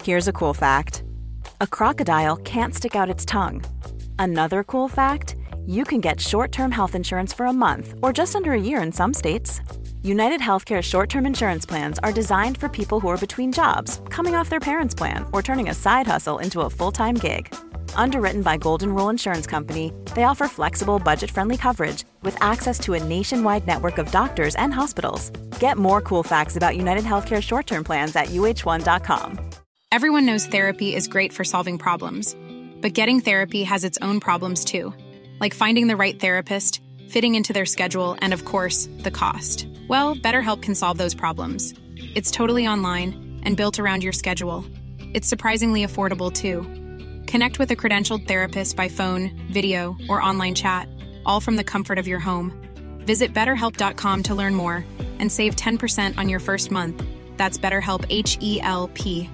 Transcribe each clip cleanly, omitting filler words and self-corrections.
Here's a cool fact. A crocodile can't stick out its tongue. Another cool fact, you can get short-term health insurance for a month or just under a year in some states. United Healthcare short-term insurance plans are designed for people who are between jobs, coming off their parents' plan, or turning a side hustle into a full-time gig. Underwritten by Golden Rule Insurance Company, they offer flexible, budget-friendly coverage with access to a nationwide network of doctors and hospitals. Get more cool facts about United Healthcare short-term plans at uh1.com. Everyone knows therapy is great for solving problems, but getting therapy has its own problems too, like finding the right therapist, fitting into their schedule, and of course, the cost. Well, BetterHelp can solve those problems. It's totally online and built around your schedule. It's surprisingly affordable too. Connect with a credentialed therapist by phone, video, or online chat, all from the comfort of your home. Visit BetterHelp.com to learn more and save 10% on your first month. That's BetterHelp, H-E-L-P.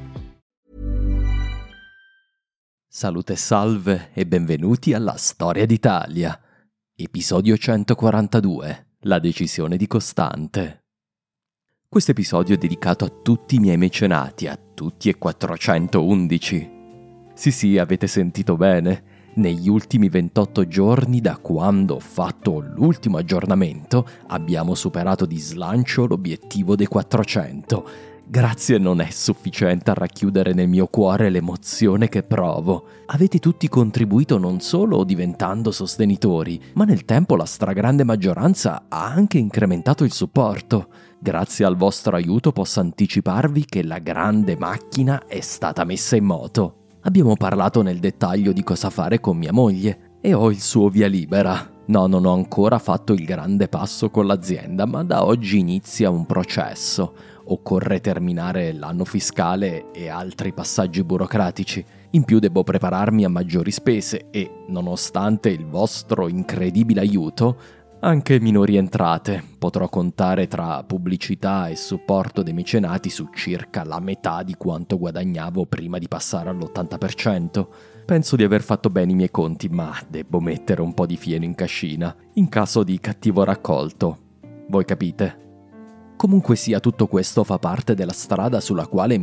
Salute e salve e benvenuti alla Storia d'Italia. Episodio 142. La decisione di Costante. Questo episodio è dedicato a tutti i miei mecenati, a tutti e 411. Sì, avete sentito bene. Negli ultimi 28 giorni, da quando ho fatto l'ultimo aggiornamento, abbiamo superato di slancio l'obiettivo dei 400. Grazie non è sufficiente a racchiudere nel mio cuore l'emozione che provo. Avete tutti contribuito non solo diventando sostenitori, ma nel tempo la stragrande maggioranza ha anche incrementato il supporto. Grazie al vostro aiuto posso anticiparvi che la grande macchina è stata messa in moto. Abbiamo parlato nel dettaglio di cosa fare con mia moglie e ho il suo via libera. No, non ho ancora fatto il grande passo con l'azienda, ma da oggi inizia un processo. Occorre terminare l'anno fiscale e altri passaggi burocratici. In più devo prepararmi a maggiori spese e, nonostante il vostro incredibile aiuto, anche minori entrate. Potrò contare tra pubblicità e supporto dei mecenati su circa la metà di quanto guadagnavo prima di passare all'80%. Penso di aver fatto bene i miei conti, ma devo mettere un po' di fieno in cascina, in caso di cattivo raccolto. Voi capite? Comunque sia, tutto questo fa parte della strada sulla quale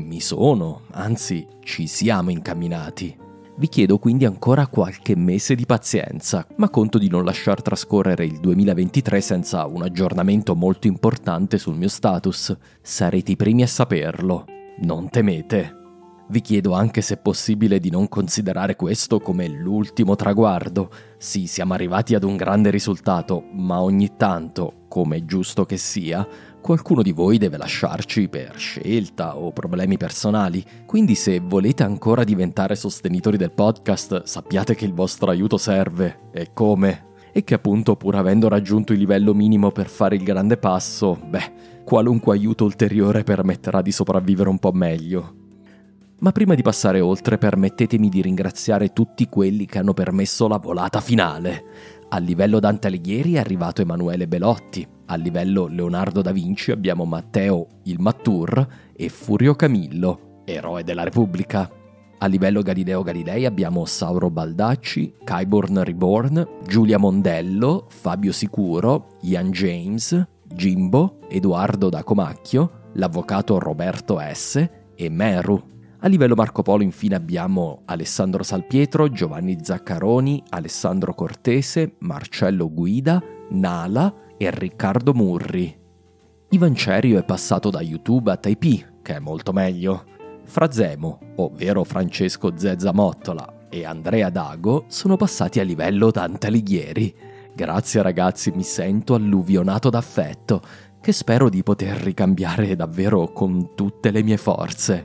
anzi, ci siamo incamminati. Vi chiedo quindi ancora qualche mese di pazienza, ma conto di non lasciar trascorrere il 2023 senza un aggiornamento molto importante sul mio status. Sarete i primi a saperlo. Non temete. Vi chiedo anche se è possibile di non considerare questo come l'ultimo traguardo. Sì, siamo arrivati ad un grande risultato, ma ogni tanto, come è giusto che sia, qualcuno di voi deve lasciarci per scelta o problemi personali, quindi se volete ancora diventare sostenitori del podcast, sappiate che il vostro aiuto serve, e come? E che appunto, pur avendo raggiunto il livello minimo per fare il grande passo, qualunque aiuto ulteriore permetterà di sopravvivere un po' meglio. Ma prima di passare oltre, permettetemi di ringraziare tutti quelli che hanno permesso la volata finale. A livello Dante Alighieri è arrivato Emanuele Belotti, a livello Leonardo da Vinci abbiamo Matteo il Mattur e Furio Camillo, eroe della Repubblica. A livello Galileo Galilei abbiamo Sauro Baldacci, Kyborn Reborn, Giulia Mondello, Fabio Sicuro, Ian James, Jimbo, Edoardo da Comacchio, l'avvocato Roberto S. e Meru. A livello Marco Polo infine abbiamo Alessandro Salpietro, Giovanni Zaccaroni, Alessandro Cortese, Marcello Guida, Nala e Riccardo Murri. Ivan Cerio è passato da YouTube a Taipei, che è molto meglio. Frazemo, ovvero Francesco Zezza Mottola, e Andrea Dago sono passati a livello Dante Alighieri. Grazie ragazzi, mi sento alluvionato d'affetto, che spero di poter ricambiare davvero con tutte le mie forze.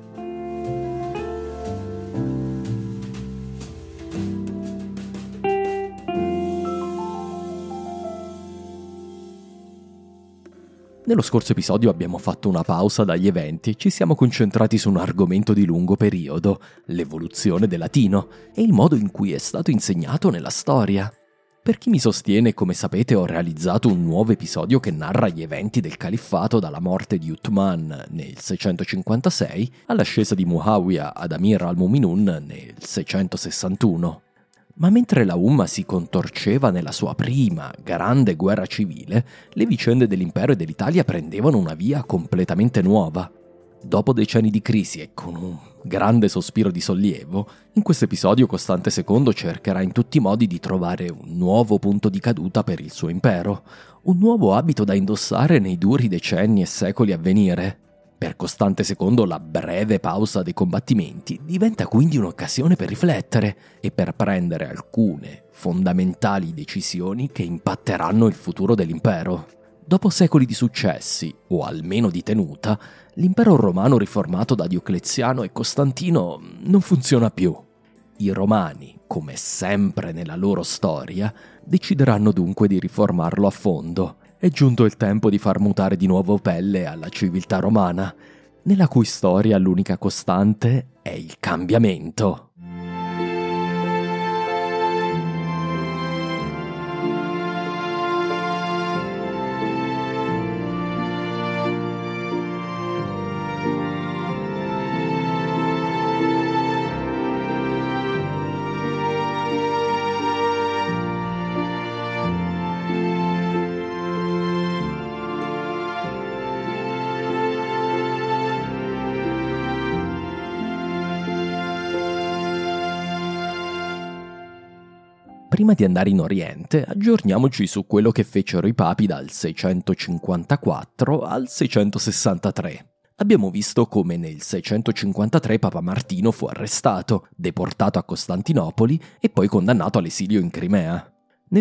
Nello scorso episodio abbiamo fatto una pausa dagli eventi e ci siamo concentrati su un argomento di lungo periodo, l'evoluzione del latino e il modo in cui è stato insegnato nella storia. Per chi mi sostiene, come sapete, ho realizzato un nuovo episodio che narra gli eventi del califfato dalla morte di Uthman nel 656 all'ascesa di Muawiyah ad Amir al-Mu'minun nel 661. Ma mentre la Umma si contorceva nella sua prima grande guerra civile, le vicende dell'impero e dell'Italia prendevano una via completamente nuova. Dopo decenni di crisi e con un grande sospiro di sollievo, in questo episodio Costante II cercherà in tutti i modi di trovare un nuovo punto di caduta per il suo impero, un nuovo abito da indossare nei duri decenni e secoli a venire. Per Costante II la breve pausa dei combattimenti diventa quindi un'occasione per riflettere e per prendere alcune fondamentali decisioni che impatteranno il futuro dell'impero. Dopo secoli di successi, o almeno di tenuta, l'impero romano riformato da Diocleziano e Costantino non funziona più. I romani, come sempre nella loro storia, decideranno dunque di riformarlo a fondo. È giunto il tempo di far mutare di nuovo pelle alla civiltà romana, nella cui storia l'unica costante è il cambiamento. Prima di andare in Oriente, aggiorniamoci su quello che fecero i papi dal 654 al 663. Abbiamo visto come nel 653 Papa Martino fu arrestato, deportato a Costantinopoli e poi condannato all'esilio in Crimea. Nel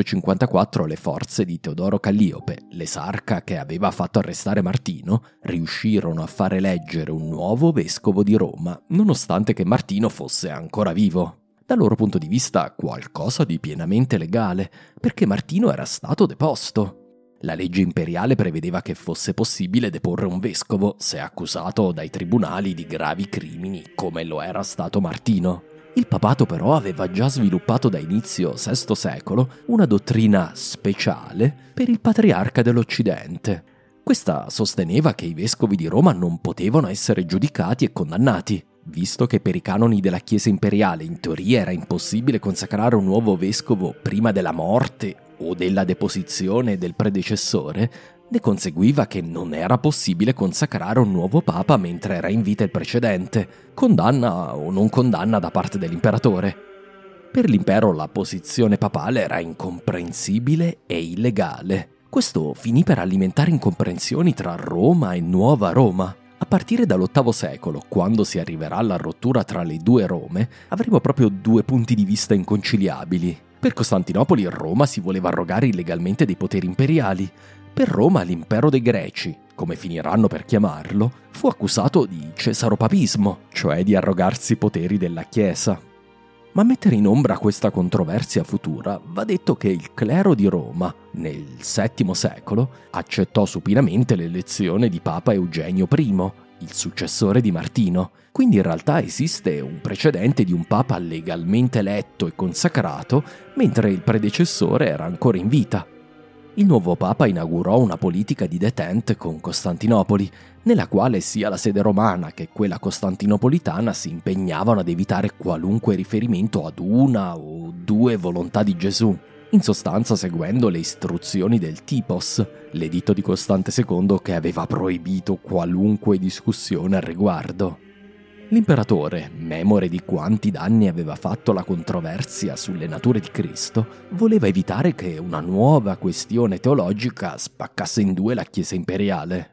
654 le forze di Teodoro Calliope, l'esarca che aveva fatto arrestare Martino, riuscirono a far eleggere un nuovo vescovo di Roma, nonostante che Martino fosse ancora vivo. Dal loro punto di vista qualcosa di pienamente legale, perché Martino era stato deposto. La legge imperiale prevedeva che fosse possibile deporre un vescovo se accusato dai tribunali di gravi crimini, come lo era stato Martino. Il papato però aveva già sviluppato da inizio VI secolo una dottrina speciale per il patriarca dell'Occidente. Questa sosteneva che i vescovi di Roma non potevano essere giudicati e condannati. Visto che per i canoni della Chiesa imperiale in teoria era impossibile consacrare un nuovo vescovo prima della morte o della deposizione del predecessore, ne conseguiva che non era possibile consacrare un nuovo papa mentre era in vita il precedente, condanna o non condanna da parte dell'imperatore. Per l'impero la posizione papale era incomprensibile e illegale. Questo finì per alimentare incomprensioni tra Roma e Nuova Roma. A partire dall'VIII secolo, quando si arriverà alla rottura tra le due Rome, avremo proprio due punti di vista inconciliabili. Per Costantinopoli Roma si voleva arrogare illegalmente dei poteri imperiali. Per Roma l'impero dei Greci, come finiranno per chiamarlo, fu accusato di cesaropapismo, cioè di arrogarsi poteri della Chiesa. Ma a mettere in ombra questa controversia futura va detto che il clero di Roma, nel VII secolo, accettò supinamente l'elezione di Papa Eugenio I, il successore di Martino. Quindi in realtà esiste un precedente di un Papa legalmente eletto e consacrato, mentre il predecessore era ancora in vita. Il nuovo Papa inaugurò una politica di détente con Costantinopoli, nella quale sia la sede romana che quella costantinopolitana si impegnavano ad evitare qualunque riferimento ad una o due volontà di Gesù, in sostanza seguendo le istruzioni del Typos, l'editto di Costante II che aveva proibito qualunque discussione al riguardo. L'imperatore, memore di quanti danni aveva fatto la controversia sulle nature di Cristo, voleva evitare che una nuova questione teologica spaccasse in due la Chiesa imperiale.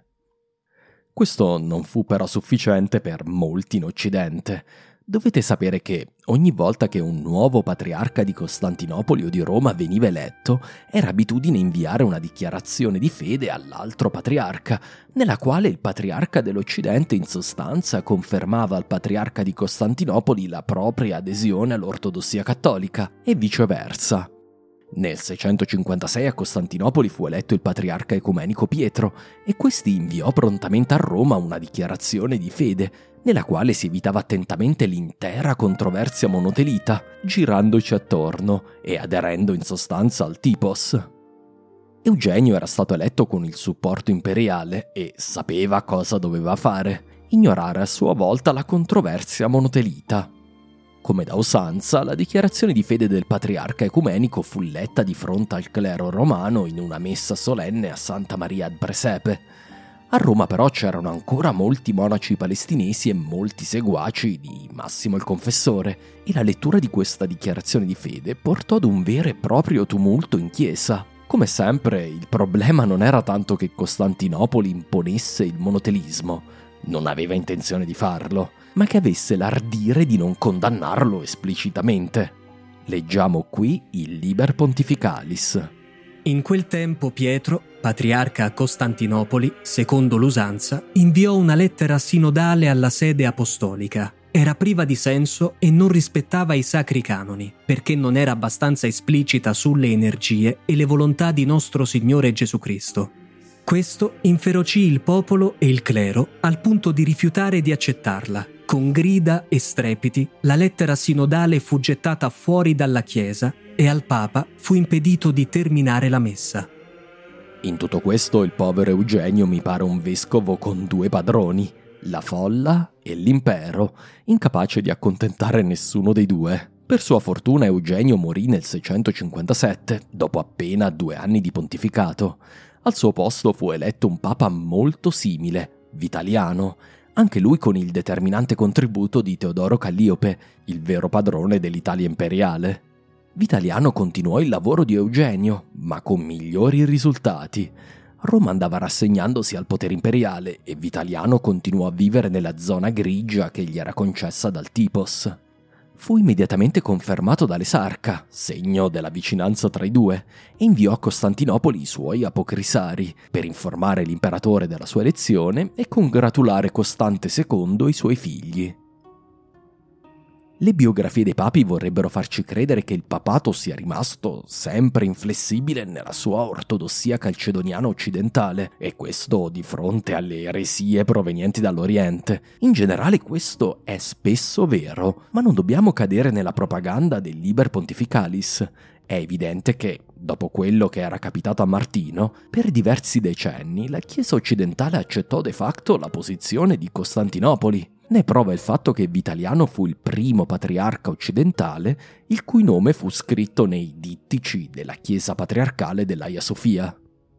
Questo non fu però sufficiente per molti in Occidente. Dovete sapere che ogni volta che un nuovo patriarca di Costantinopoli o di Roma veniva eletto, era abitudine inviare una dichiarazione di fede all'altro patriarca, nella quale il patriarca dell'Occidente in sostanza confermava al patriarca di Costantinopoli la propria adesione all'ortodossia cattolica, e viceversa. Nel 656 a Costantinopoli fu eletto il patriarca ecumenico Pietro, e questi inviò prontamente a Roma una dichiarazione di fede, nella quale si evitava attentamente l'intera controversia monotelita, girandoci attorno e aderendo in sostanza al Typos. Eugenio era stato eletto con il supporto imperiale e sapeva cosa doveva fare: ignorare a sua volta la controversia monotelita. Come da usanza, la dichiarazione di fede del patriarca ecumenico fu letta di fronte al clero romano in una messa solenne a Santa Maria ad Presepe. A Roma però c'erano ancora molti monaci palestinesi e molti seguaci di Massimo il Confessore, e la lettura di questa dichiarazione di fede portò ad un vero e proprio tumulto in chiesa. Come sempre, il problema non era tanto che Costantinopoli imponesse il monotelismo, non aveva intenzione di farlo, ma che avesse l'ardire di non condannarlo esplicitamente. Leggiamo qui il Liber Pontificalis. In quel tempo Pietro, patriarca a Costantinopoli, secondo l'usanza, inviò una lettera sinodale alla sede apostolica. Era priva di senso e non rispettava i sacri canoni, perché non era abbastanza esplicita sulle energie e le volontà di nostro Signore Gesù Cristo. Questo inferocì il popolo e il clero al punto di rifiutare di accettarla. Con grida e strepiti, la lettera sinodale fu gettata fuori dalla chiesa e al Papa fu impedito di terminare la messa. In tutto questo il povero Eugenio mi pare un vescovo con due padroni, la folla e l'impero, incapace di accontentare nessuno dei due. Per sua fortuna Eugenio morì nel 657, dopo appena 2 anni di pontificato. Al suo posto fu eletto un papa molto simile, Vitaliano, anche lui con il determinante contributo di Teodoro Calliope, il vero padrone dell'Italia imperiale. Vitaliano continuò il lavoro di Eugenio, ma con migliori risultati. Roma andava rassegnandosi al potere imperiale e Vitaliano continuò a vivere nella zona grigia che gli era concessa dal Tipos. Fu immediatamente confermato dall'esarca, segno della vicinanza tra i due, e inviò a Costantinopoli i suoi apocrisari per informare l'imperatore della sua elezione e congratulare Costante II e i suoi figli. Le biografie dei papi vorrebbero farci credere che il papato sia rimasto sempre inflessibile nella sua ortodossia calcedoniana occidentale, e questo di fronte alle eresie provenienti dall'Oriente. In generale questo è spesso vero, ma non dobbiamo cadere nella propaganda del Liber Pontificalis. È evidente che, dopo quello che era capitato a Martino, per diversi decenni la Chiesa occidentale accettò de facto la posizione di Costantinopoli. Ne prova il fatto che Vitaliano fu il primo patriarca occidentale il cui nome fu scritto nei dittici della Chiesa patriarcale dell'Aia Sofia.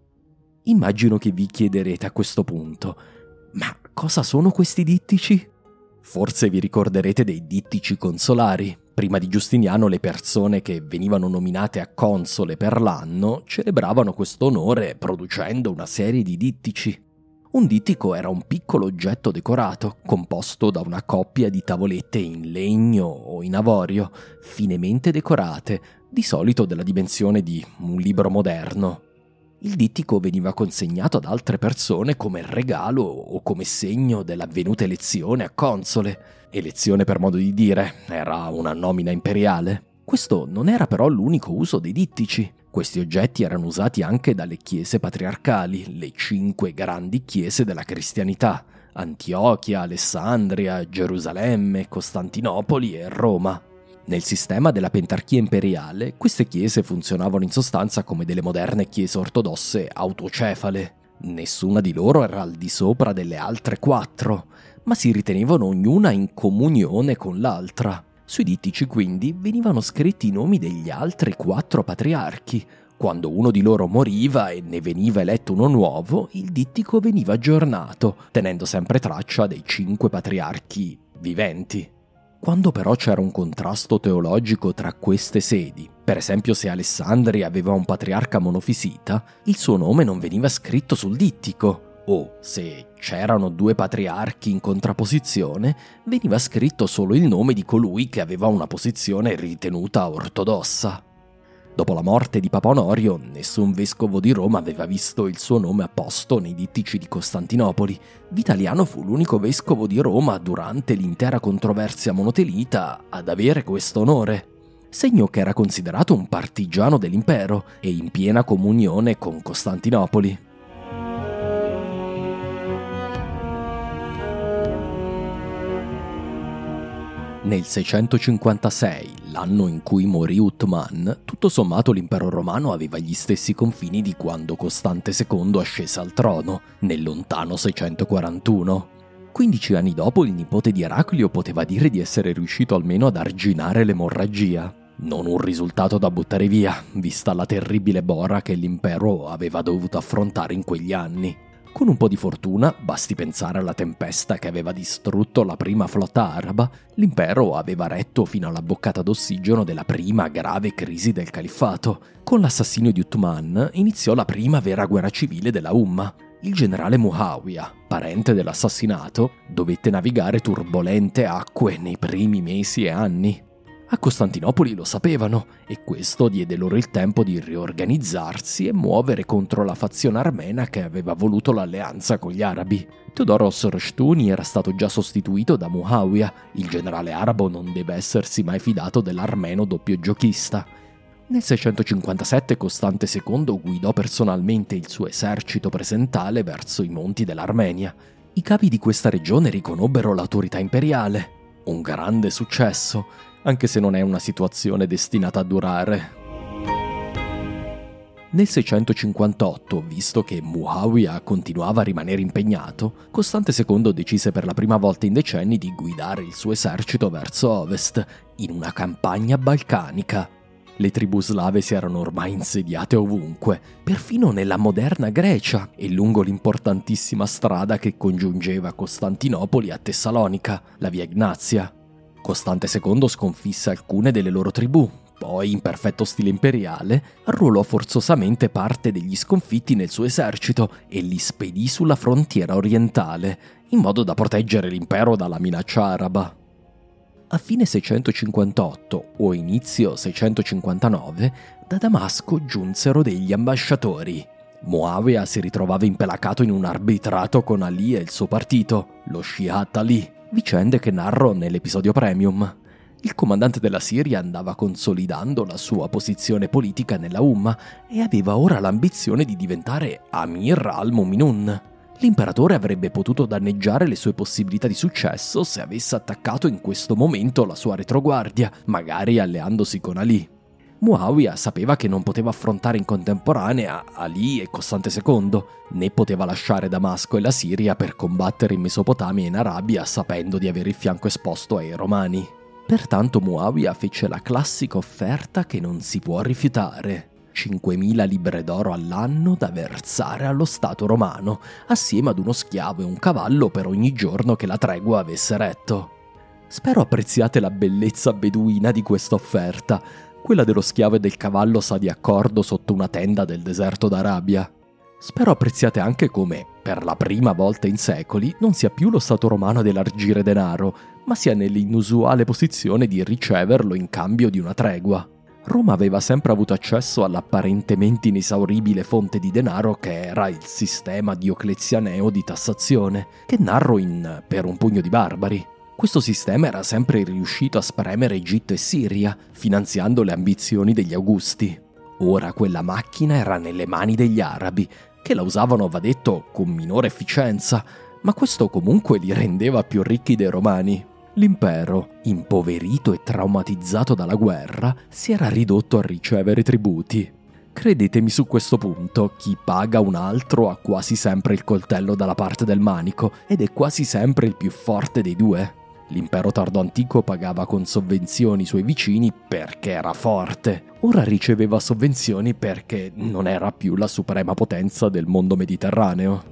Immagino che vi chiederete a questo punto: ma cosa sono questi dittici? Forse vi ricorderete dei dittici consolari. Prima di Giustiniano le persone che venivano nominate a console per l'anno celebravano questo onore producendo una serie di dittici. Un dittico era un piccolo oggetto decorato, composto da una coppia di tavolette in legno o in avorio, finemente decorate, di solito della dimensione di un libro moderno. Il dittico veniva consegnato ad altre persone come regalo o come segno dell'avvenuta elezione a console. Elezione per modo di dire, era una nomina imperiale. Questo non era però l'unico uso dei dittici. Questi oggetti erano usati anche dalle chiese patriarcali, le 5 grandi chiese della cristianità: Antiochia, Alessandria, Gerusalemme, Costantinopoli e Roma. Nel sistema della pentarchia imperiale, queste chiese funzionavano in sostanza come delle moderne chiese ortodosse autocefale. Nessuna di loro era al di sopra delle altre 4, ma si ritenevano ognuna in comunione con l'altra. Sui dittici quindi venivano scritti i nomi degli altri 4 patriarchi. Quando uno di loro moriva e ne veniva eletto uno nuovo, il dittico veniva aggiornato, tenendo sempre traccia dei 5 patriarchi viventi. Quando però c'era un contrasto teologico tra queste sedi, per esempio se Alessandria aveva un patriarca monofisita, il suo nome non veniva scritto sul dittico, o se c'erano 2 patriarchi in contrapposizione, veniva scritto solo il nome di colui che aveva una posizione ritenuta ortodossa. Dopo la morte di Papa Onorio, nessun vescovo di Roma aveva visto il suo nome apposto nei dittici di Costantinopoli. Vitaliano fu l'unico vescovo di Roma durante l'intera controversia monotelita ad avere questo onore, segno che era considerato un partigiano dell'impero e in piena comunione con Costantinopoli. Nel 656, l'anno in cui morì Uthman, tutto sommato l'impero romano aveva gli stessi confini di quando Costante II ascese al trono, nel lontano 641. 15 anni dopo il nipote di Eraclio poteva dire di essere riuscito almeno ad arginare l'emorragia. Non un risultato da buttare via, vista la terribile bora che l'impero aveva dovuto affrontare in quegli anni. Con un po' di fortuna, basti pensare alla tempesta che aveva distrutto la prima flotta araba, l'impero aveva retto fino alla boccata d'ossigeno della prima grave crisi del califfato. Con l'assassinio di Uthman iniziò la prima vera guerra civile della Umma. Il generale Muawiyah, parente dell'assassinato, dovette navigare turbolente acque nei primi mesi e anni. A Costantinopoli lo sapevano e questo diede loro il tempo di riorganizzarsi e muovere contro la fazione armena che aveva voluto l'alleanza con gli arabi. Teodoros Rushtuni era stato già sostituito da Muawiyah, il generale arabo non deve essersi mai fidato dell'armeno doppiogiochista. Nel 657 Costante II guidò personalmente il suo esercito presentale verso i monti dell'Armenia. I capi di questa regione riconobbero l'autorità imperiale. Un grande successo, anche se non è una situazione destinata a durare. Nel 658, visto che Muawiyah continuava a rimanere impegnato, Costante II decise per la prima volta in decenni di guidare il suo esercito verso ovest, in una campagna balcanica. Le tribù slave si erano ormai insediate ovunque, perfino nella moderna Grecia e lungo l'importantissima strada che congiungeva Costantinopoli a Tessalonica, la via Ignazia. Costante II sconfisse alcune delle loro tribù, poi, in perfetto stile imperiale, arruolò forzosamente parte degli sconfitti nel suo esercito e li spedì sulla frontiera orientale, in modo da proteggere l'impero dalla minaccia araba. A fine 658 o inizio 659, da Damasco giunsero degli ambasciatori. Muawiyah si ritrovava impelacato in un arbitrato con Ali e il suo partito, lo Shi'at Ali. Vicende che narro nell'episodio Premium. Il comandante della Siria andava consolidando la sua posizione politica nella Umma e aveva ora l'ambizione di diventare Amir al-Mu'minun. L'imperatore avrebbe potuto danneggiare le sue possibilità di successo se avesse attaccato in questo momento la sua retroguardia, magari alleandosi con Ali. Muawiyah sapeva che non poteva affrontare in contemporanea Ali e Costante II, né poteva lasciare Damasco e la Siria per combattere in Mesopotamia e in Arabia sapendo di avere il fianco esposto ai Romani. Pertanto Muawiyah fece la classica offerta che non si può rifiutare: 5.000 libbre d'oro all'anno da versare allo Stato romano, assieme ad uno schiavo e un cavallo per ogni giorno che la tregua avesse retto. Spero apprezziate la bellezza beduina di questa offerta. Quella dello schiavo e del cavallo sa di accordo sotto una tenda del deserto d'Arabia. Spero apprezziate anche come, per la prima volta in secoli, non sia più lo Stato romano ad elargire denaro, ma sia nell'inusuale posizione di riceverlo in cambio di una tregua. Roma aveva sempre avuto accesso all'apparentemente inesauribile fonte di denaro che era il sistema dioclezianeo di tassazione, che narro in Per un pugno di barbari. Questo sistema era sempre riuscito a spremere Egitto e Siria, finanziando le ambizioni degli Augusti. Ora quella macchina era nelle mani degli arabi, che la usavano, va detto, con minore efficienza, ma questo comunque li rendeva più ricchi dei romani. L'impero, impoverito e traumatizzato dalla guerra, si era ridotto a ricevere tributi. Credetemi su questo punto, chi paga un altro ha quasi sempre il coltello dalla parte del manico ed è quasi sempre il più forte dei due. L'impero tardo-antico pagava con sovvenzioni i suoi vicini perché era forte. Ora riceveva sovvenzioni perché non era più la suprema potenza del mondo mediterraneo.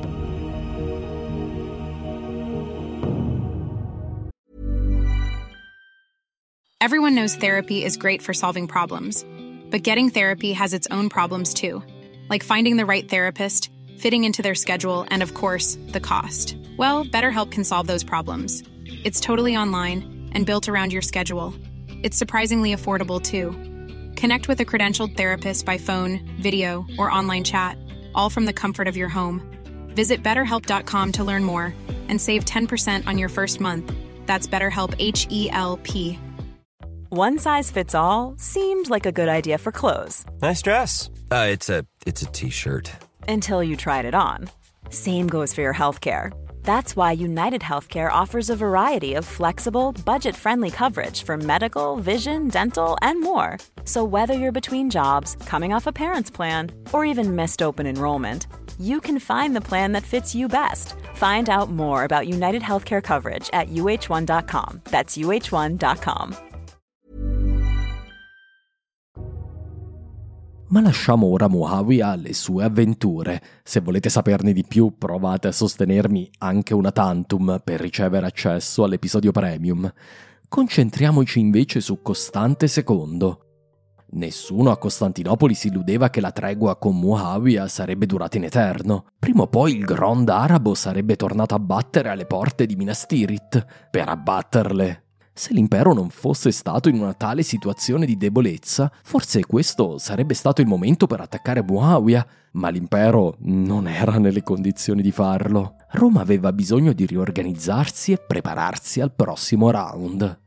Everyone knows therapy is great for solving problems, but getting therapy has its own problems too, like finding the right therapist, fitting into their schedule, and of course, the cost. Well, BetterHelp can solve those problems. It's totally online and built around your schedule. It's surprisingly affordable too. Connect with a credentialed therapist by phone, video, or online chat, all from the comfort of your home. Visit BetterHelp.com to learn more and save 10% on your first month. That's BetterHelp, H-E-L-P. One size fits all seemed like a good idea for clothes. Nice dress. It's a t-shirt. Until you tried it on. Same goes for your healthcare. That's why United Healthcare offers a variety of flexible, budget-friendly coverage for medical, vision, dental, and more. So whether you're between jobs, coming off a parent's plan, or even missed open enrollment, you can find the plan that fits you best. Find out more about United Healthcare coverage at uh1.com. That's uh1.com. Ma lasciamo ora Muawiya alle sue avventure. Se volete saperne di più, provate a sostenermi anche una tantum per ricevere accesso all'episodio premium. Concentriamoci invece su Costante II. Nessuno a Costantinopoli si illudeva che la tregua con Muawiya sarebbe durata in eterno. Prima o poi il Grand arabo sarebbe tornato a battere alle porte di Minas Tirith per abbatterle. Se l'impero non fosse stato in una tale situazione di debolezza, forse questo sarebbe stato il momento per attaccare Muawiya, ma l'impero non era nelle condizioni di farlo. Roma aveva bisogno di riorganizzarsi e prepararsi al prossimo round.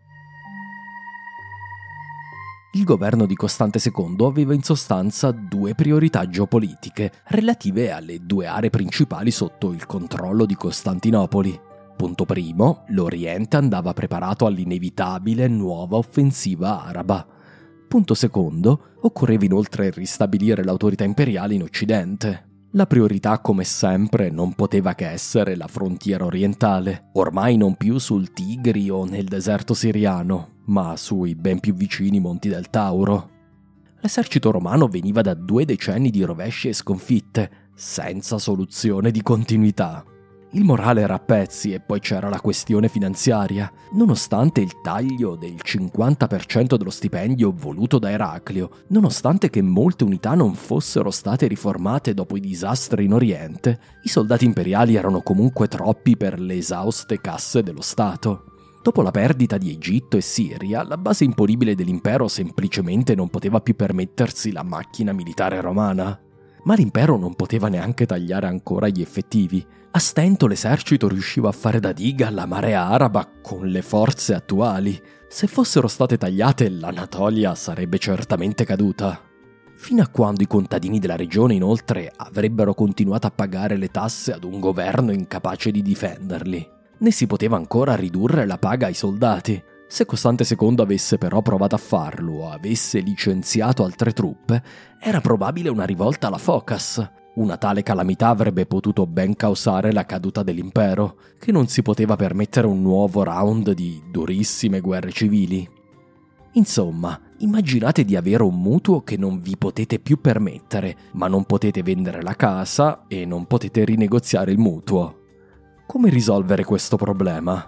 Il governo di Costante II aveva in sostanza due priorità geopolitiche relative alle due aree principali sotto il controllo di Costantinopoli. Punto primo, l'Oriente andava preparato all'inevitabile nuova offensiva araba. Punto secondo, occorreva inoltre ristabilire l'autorità imperiale in Occidente. La priorità, come sempre, non poteva che essere la frontiera orientale, ormai non più sul Tigri o nel deserto siriano, ma sui ben più vicini monti del Tauro. L'esercito romano veniva da 2 decenni di rovesci e sconfitte, senza soluzione di continuità. Il morale era a pezzi e poi c'era la questione finanziaria. Nonostante il taglio del 50% dello stipendio voluto da Eraclio, nonostante che molte unità non fossero state riformate dopo i disastri in Oriente, i soldati imperiali erano comunque troppi per le esauste casse dello Stato. Dopo la perdita di Egitto e Siria, la base imponibile dell'impero semplicemente non poteva più permettersi la macchina militare romana. Ma l'impero non poteva neanche tagliare ancora gli effettivi. A stento l'esercito riusciva a fare da diga alla marea araba con le forze attuali. Se fossero state tagliate, l'Anatolia sarebbe certamente caduta. Fino a quando i contadini della regione, inoltre, avrebbero continuato a pagare le tasse ad un governo incapace di difenderli. Né si poteva ancora ridurre la paga ai soldati. Se Costante II avesse però provato a farlo o avesse licenziato altre truppe, era probabile una rivolta alla Focas. Una tale calamità avrebbe potuto ben causare la caduta dell'impero, che non si poteva permettere un nuovo round di durissime guerre civili. Insomma, immaginate di avere un mutuo che non vi potete più permettere, ma non potete vendere la casa e non potete rinegoziare il mutuo. Come risolvere questo problema?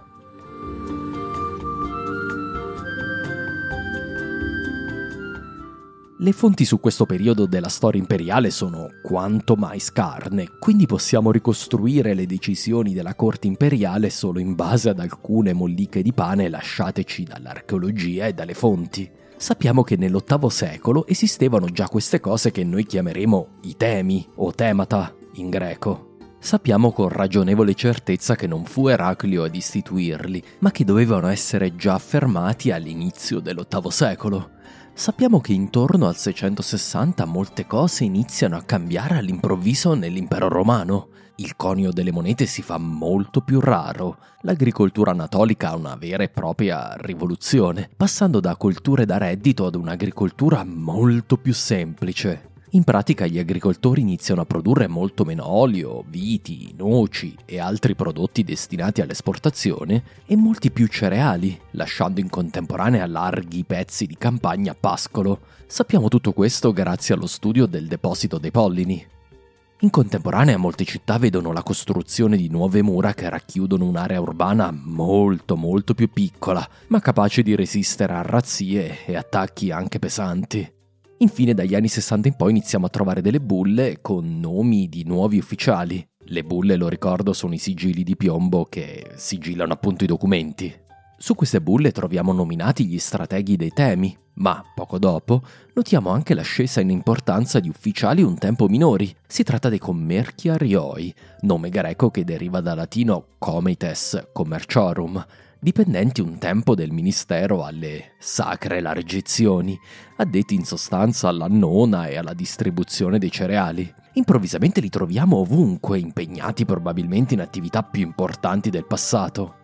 Le fonti su questo periodo della storia imperiale sono quanto mai scarne, quindi possiamo ricostruire le decisioni della corte imperiale solo in base ad alcune molliche di pane lasciateci dall'archeologia e dalle fonti. Sappiamo che nell'VIII secolo esistevano già queste cose che noi chiameremo i temi o temata in greco. Sappiamo con ragionevole certezza che non fu Eraclio ad istituirli, ma che dovevano essere già affermati all'inizio dell'VIII secolo. Sappiamo che intorno al 660 molte cose iniziano a cambiare all'improvviso nell'impero romano. Il conio delle monete si fa molto più raro. L'agricoltura anatolica ha una vera e propria rivoluzione, passando da colture da reddito ad un'agricoltura molto più semplice. In pratica gli agricoltori iniziano a produrre molto meno olio, viti, noci e altri prodotti destinati all'esportazione e molti più cereali, lasciando in contemporanea larghi pezzi di campagna a pascolo. Sappiamo tutto questo grazie allo studio del deposito dei pollini. In contemporanea molte città vedono la costruzione di nuove mura che racchiudono un'area urbana molto più piccola, ma capace di resistere a razzie e attacchi anche pesanti. Infine dagli anni 60 in poi iniziamo a trovare delle bulle con nomi di nuovi ufficiali. Le bulle, lo ricordo, sono i sigilli di piombo che sigillano appunto i documenti. Su queste bulle troviamo nominati gli strateghi dei temi, ma poco dopo notiamo anche l'ascesa in importanza di ufficiali un tempo minori. Si tratta dei commerciarioi, nome greco che deriva dal latino comites commerciorum, dipendenti un tempo del ministero alle sacre largizioni, addetti in sostanza all'annona e alla distribuzione dei cereali. Improvvisamente li troviamo ovunque, impegnati probabilmente in attività più importanti del passato.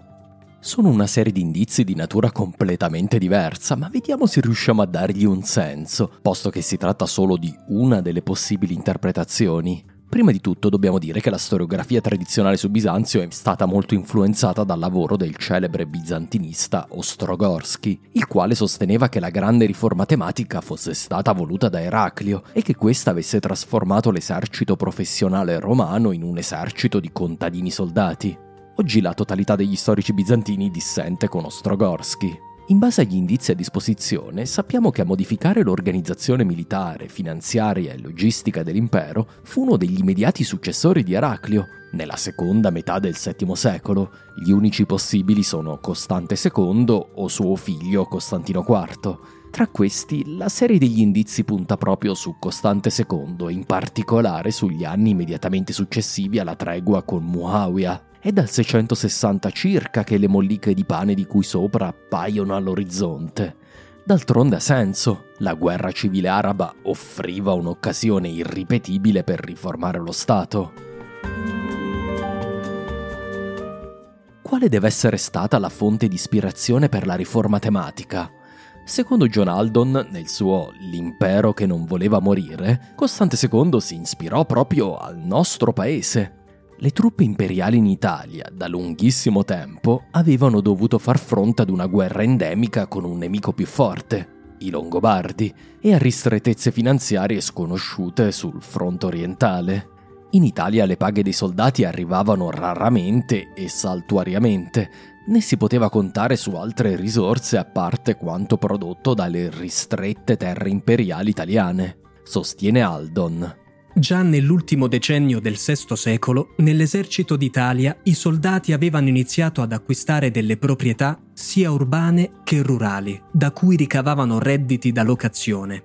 Sono una serie di indizi di natura completamente diversa, ma vediamo se riusciamo a dargli un senso, posto che si tratta solo di una delle possibili interpretazioni. Prima di tutto dobbiamo dire che la storiografia tradizionale su Bisanzio è stata molto influenzata dal lavoro del celebre bizantinista Ostrogorski, il quale sosteneva che la grande riforma tematica fosse stata voluta da Eraclio e che questa avesse trasformato l'esercito professionale romano in un esercito di contadini soldati. Oggi la totalità degli storici bizantini dissente con Ostrogorski. In base agli indizi a disposizione, sappiamo che a modificare l'organizzazione militare, finanziaria e logistica dell'impero fu uno degli immediati successori di Eraclio. Nella seconda metà del VII secolo, gli unici possibili sono Costante II o suo figlio Costantino IV. Tra questi, la serie degli indizi punta proprio su Costante II, in particolare sugli anni immediatamente successivi alla tregua con Muawiyah. È dal 660 circa che le molliche di pane di cui sopra appaiono all'orizzonte. D'altronde ha senso, la guerra civile araba offriva un'occasione irripetibile per riformare lo Stato. Quale deve essere stata la fonte di ispirazione per la riforma tematica? Secondo John Haldon, nel suo L'impero che non voleva morire, Costante II si ispirò proprio al nostro paese. Le truppe imperiali in Italia, da lunghissimo tempo, avevano dovuto far fronte ad una guerra endemica con un nemico più forte, i Longobardi, e a ristrettezze finanziarie sconosciute sul fronte orientale. In Italia le paghe dei soldati arrivavano raramente e saltuariamente, né si poteva contare su altre risorse a parte quanto prodotto dalle ristrette terre imperiali italiane, sostiene Haldon. Già nell'ultimo decennio del VI secolo, nell'esercito d'Italia, i soldati avevano iniziato ad acquistare delle proprietà sia urbane che rurali, da cui ricavavano redditi da locazione.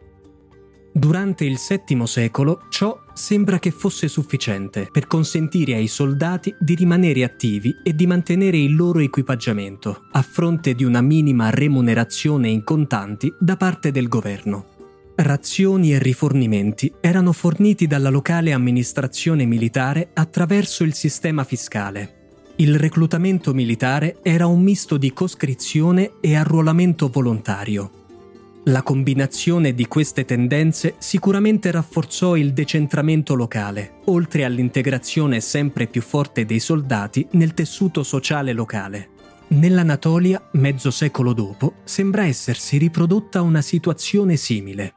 Durante il VII secolo, ciò sembra che fosse sufficiente per consentire ai soldati di rimanere attivi e di mantenere il loro equipaggiamento, a fronte di una minima remunerazione in contanti da parte del governo. Razioni e rifornimenti erano forniti dalla locale amministrazione militare attraverso il sistema fiscale. Il reclutamento militare era un misto di coscrizione e arruolamento volontario. La combinazione di queste tendenze sicuramente rafforzò il decentramento locale, oltre all'integrazione sempre più forte dei soldati nel tessuto sociale locale. Nell'Anatolia, mezzo secolo dopo, sembra essersi riprodotta una situazione simile.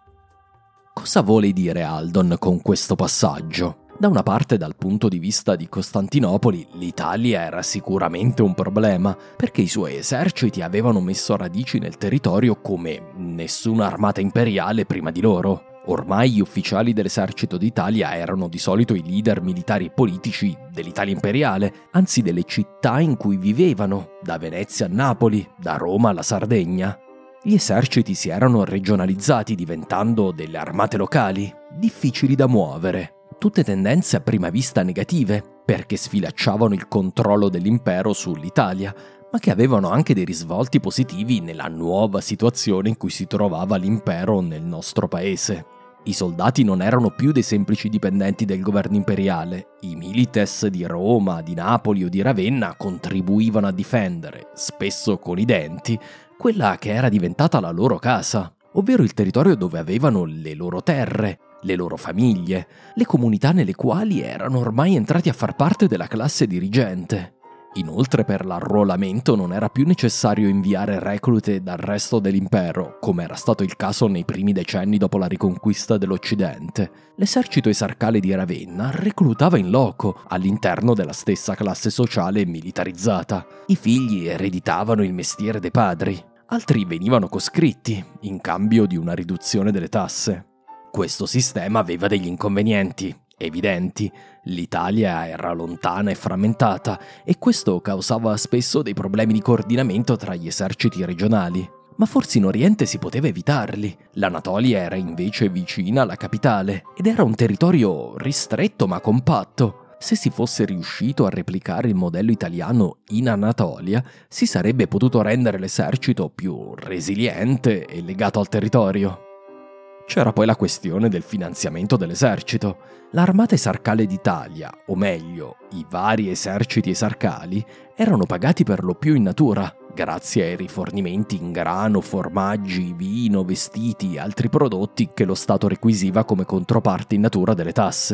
Cosa vuole dire Haldon con questo passaggio? Da una parte, dal punto di vista di Costantinopoli, l'Italia era sicuramente un problema, perché i suoi eserciti avevano messo radici nel territorio come nessuna armata imperiale prima di loro. Ormai gli ufficiali dell'esercito d'Italia erano di solito i leader militari e politici dell'Italia imperiale, anzi delle città in cui vivevano, da Venezia a Napoli, da Roma alla Sardegna. Gli eserciti si erano regionalizzati diventando delle armate locali, difficili da muovere. Tutte tendenze a prima vista negative, perché sfilacciavano il controllo dell'impero sull'Italia, ma che avevano anche dei risvolti positivi nella nuova situazione in cui si trovava l'impero nel nostro paese. I soldati non erano più dei semplici dipendenti del governo imperiale, i milites di Roma, di Napoli o di Ravenna contribuivano a difendere, spesso con i denti, quella che era diventata la loro casa, ovvero il territorio dove avevano le loro terre, le loro famiglie, le comunità nelle quali erano ormai entrati a far parte della classe dirigente. Inoltre, per l'arruolamento non era più necessario inviare reclute dal resto dell'impero, come era stato il caso nei primi decenni dopo la riconquista dell'Occidente. L'esercito esarcale di Ravenna reclutava in loco, all'interno della stessa classe sociale militarizzata. I figli ereditavano il mestiere dei padri, altri venivano coscritti, in cambio di una riduzione delle tasse. Questo sistema aveva degli inconvenienti evidenti. L'Italia era lontana e frammentata e questo causava spesso dei problemi di coordinamento tra gli eserciti regionali. Ma forse in Oriente si poteva evitarli. L'Anatolia era invece vicina alla capitale ed era un territorio ristretto ma compatto. Se si fosse riuscito a replicare il modello italiano in Anatolia, si sarebbe potuto rendere l'esercito più resiliente e legato al territorio. C'era poi la questione del finanziamento dell'esercito. L'armata esarcale d'Italia, o meglio, i vari eserciti esarcali, erano pagati per lo più in natura, grazie ai rifornimenti in grano, formaggi, vino, vestiti e altri prodotti che lo Stato requisiva come controparte in natura delle tasse.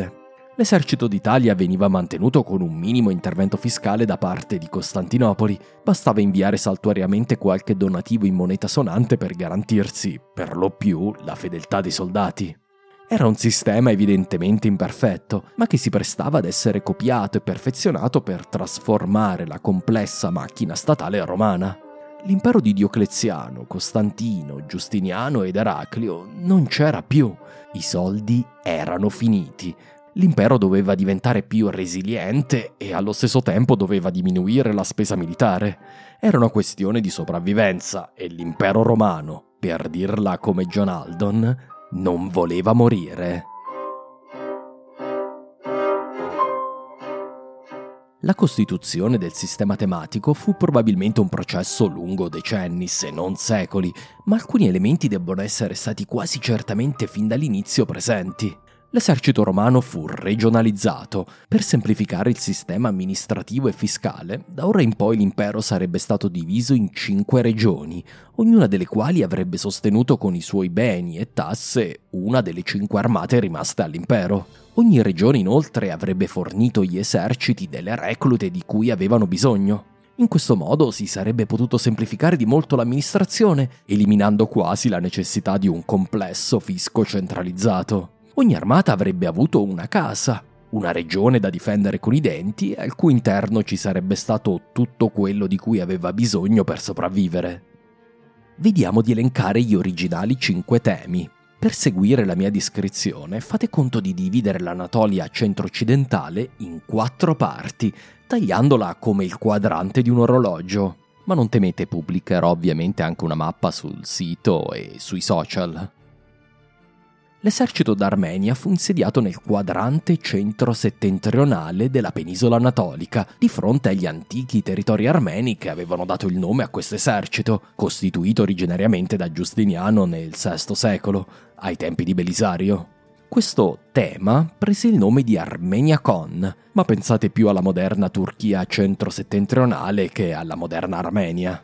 L'esercito d'Italia veniva mantenuto con un minimo intervento fiscale da parte di Costantinopoli. Bastava inviare saltuariamente qualche donativo in moneta sonante per garantirsi, per lo più, la fedeltà dei soldati. Era un sistema evidentemente imperfetto, ma che si prestava ad essere copiato e perfezionato per trasformare la complessa macchina statale romana. L'impero di Diocleziano, Costantino, Giustiniano ed Eraclio non c'era più. I soldi erano finiti. L'impero doveva diventare più resiliente e allo stesso tempo doveva diminuire la spesa militare. Era una questione di sopravvivenza e l'impero romano, per dirla come John Haldon, non voleva morire. La costituzione del sistema tematico fu probabilmente un processo lungo decenni, se non secoli, ma alcuni elementi debbono essere stati quasi certamente fin dall'inizio presenti. L'esercito romano fu regionalizzato. Per semplificare il sistema amministrativo e fiscale, da ora in poi l'impero sarebbe stato diviso in 5 regioni, ognuna delle quali avrebbe sostenuto con i suoi beni e tasse una delle 5 armate rimaste all'impero. Ogni regione inoltre avrebbe fornito gli eserciti delle reclute di cui avevano bisogno. In questo modo si sarebbe potuto semplificare di molto l'amministrazione, eliminando quasi la necessità di un complesso fisco centralizzato. Ogni armata avrebbe avuto una casa, una regione da difendere con i denti e al cui interno ci sarebbe stato tutto quello di cui aveva bisogno per sopravvivere. Vediamo di elencare gli originali 5 temi. Per seguire la mia descrizione fate conto di dividere l'Anatolia centro-occidentale in 4 parti, tagliandola come il quadrante di un orologio. Ma non temete, pubblicherò ovviamente anche una mappa sul sito e sui social. L'esercito d'Armenia fu insediato nel quadrante centro-settentrionale della penisola anatolica, di fronte agli antichi territori armeni che avevano dato il nome a questo esercito, costituito originariamente da Giustiniano nel VI secolo, ai tempi di Belisario. Questo tema prese il nome di Armenia Khan, ma pensate più alla moderna Turchia centro-settentrionale che alla moderna Armenia.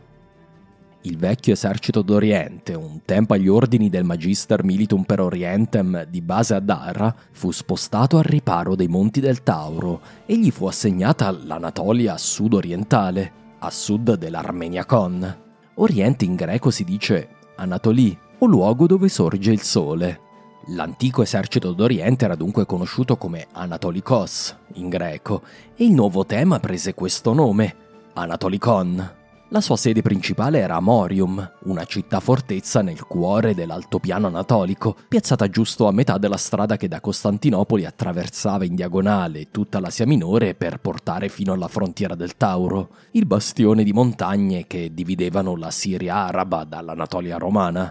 Il vecchio esercito d'Oriente, un tempo agli ordini del Magister Militum per Orientem di base a Dara, fu spostato al riparo dei monti del Tauro e gli fu assegnata l'Anatolia sud-orientale, a sud dell'Armenia Khan. Oriente in greco si dice Anatoli, o luogo dove sorge il sole. L'antico esercito d'Oriente era dunque conosciuto come Anatolikos in greco e il nuovo tema prese questo nome, Anatolikon. La sua sede principale era Amorium, una città-fortezza nel cuore dell'altopiano anatolico, piazzata giusto a metà della strada che da Costantinopoli attraversava in diagonale tutta l'Asia Minore per portare fino alla frontiera del Tauro, il bastione di montagne che dividevano la Siria araba dall'Anatolia romana.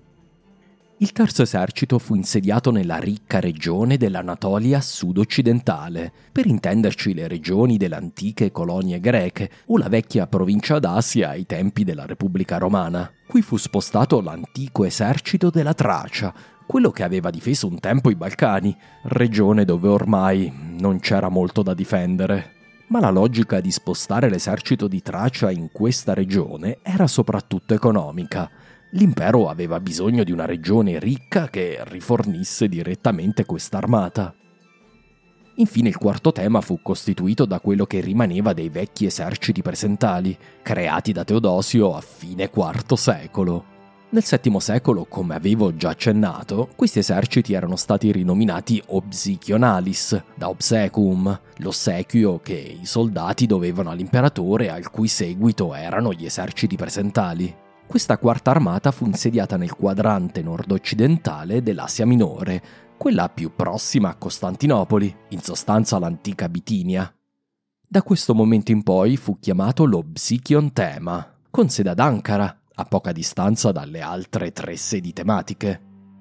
Il terzo esercito fu insediato nella ricca regione dell'Anatolia sud-occidentale, per intenderci le regioni delle antiche colonie greche o la vecchia provincia d'Asia ai tempi della Repubblica Romana. Qui fu spostato l'antico esercito della Tracia, quello che aveva difeso un tempo i Balcani, regione dove ormai non c'era molto da difendere. Ma la logica di spostare l'esercito di Tracia in questa regione era soprattutto economica. L'impero aveva bisogno di una regione ricca che rifornisse direttamente quest'armata. Infine il quarto tema fu costituito da quello che rimaneva dei vecchi eserciti presentali, creati da Teodosio a fine IV secolo. Nel VII secolo, come avevo già accennato, questi eserciti erano stati rinominati obsichionalis, da obsequum, l'ossequio che i soldati dovevano all'imperatore al cui seguito erano gli eserciti presentali. Questa quarta armata fu insediata nel quadrante nord-occidentale dell'Asia Minore, quella più prossima a Costantinopoli, in sostanza l'antica Bitinia. Da questo momento in poi fu chiamato l'Obsichion Tema, con sede ad Ankara, a poca distanza dalle altre 3 sedi tematiche.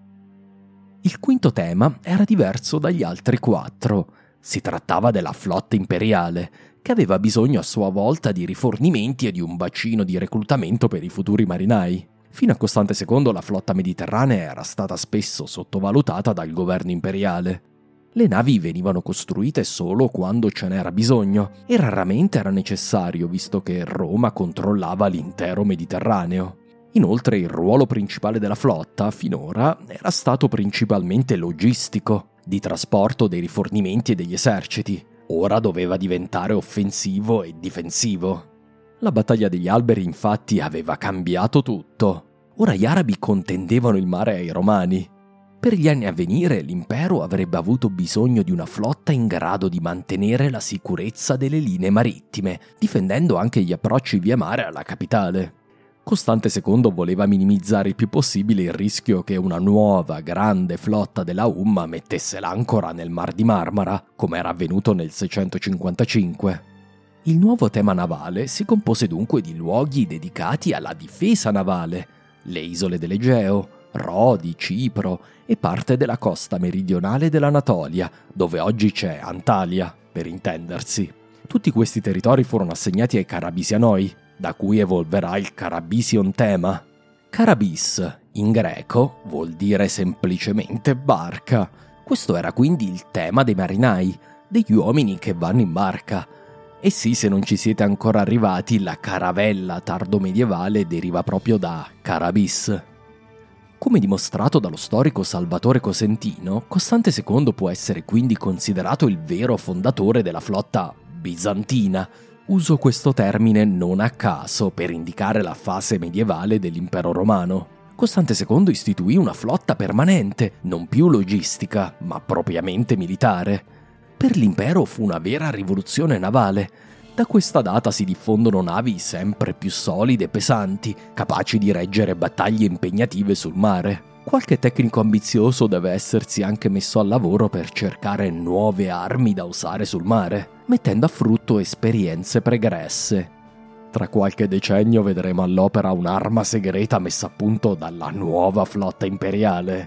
Il quinto tema era diverso dagli altri 4. Si trattava della flotta imperiale, che aveva bisogno a sua volta di rifornimenti e di un bacino di reclutamento per i futuri marinai. Fino a Costante II la flotta mediterranea era stata spesso sottovalutata dal governo imperiale. Le navi venivano costruite solo quando ce n'era bisogno e raramente era necessario, visto che Roma controllava l'intero Mediterraneo. Inoltre il ruolo principale della flotta, finora, era stato principalmente logistico. di trasporto dei rifornimenti e degli eserciti. Ora doveva diventare offensivo e difensivo. La battaglia degli alberi infatti aveva cambiato tutto. Ora gli arabi contendevano il mare ai romani. Per gli anni a venire l'impero avrebbe avuto bisogno di una flotta in grado di mantenere la sicurezza delle linee marittime, difendendo anche gli approcci via mare alla capitale. Costante II voleva minimizzare il più possibile il rischio che una nuova grande flotta della Umma mettesse l'ancora nel Mar di Marmara, come era avvenuto nel 655. Il nuovo tema navale si compose dunque di luoghi dedicati alla difesa navale, le isole dell'Egeo, Rodi, Cipro e parte della costa meridionale dell'Anatolia, dove oggi c'è Antalya, per intendersi. Tutti questi territori furono assegnati ai Carabisianoi, da cui evolverà il Carabision tema. Carabis, in greco, vuol dire semplicemente barca. Questo era quindi il tema dei marinai, degli uomini che vanno in barca. E sì, se non ci siete ancora arrivati, la caravella tardomedievale deriva proprio da Carabis. Come dimostrato dallo storico Salvatore Cosentino, Costante II può essere quindi considerato il vero fondatore della flotta bizantina. Uso questo termine non a caso per indicare la fase medievale dell'impero romano. Costante II istituì una flotta permanente, non più logistica, ma propriamente militare. Per l'impero fu una vera rivoluzione navale. Da questa data si diffondono navi sempre più solide e pesanti, capaci di reggere battaglie impegnative sul mare. Qualche tecnico ambizioso deve essersi anche messo al lavoro per cercare nuove armi da usare sul mare, mettendo a frutto esperienze pregresse. Tra qualche decennio vedremo all'opera un'arma segreta messa a punto dalla nuova flotta imperiale.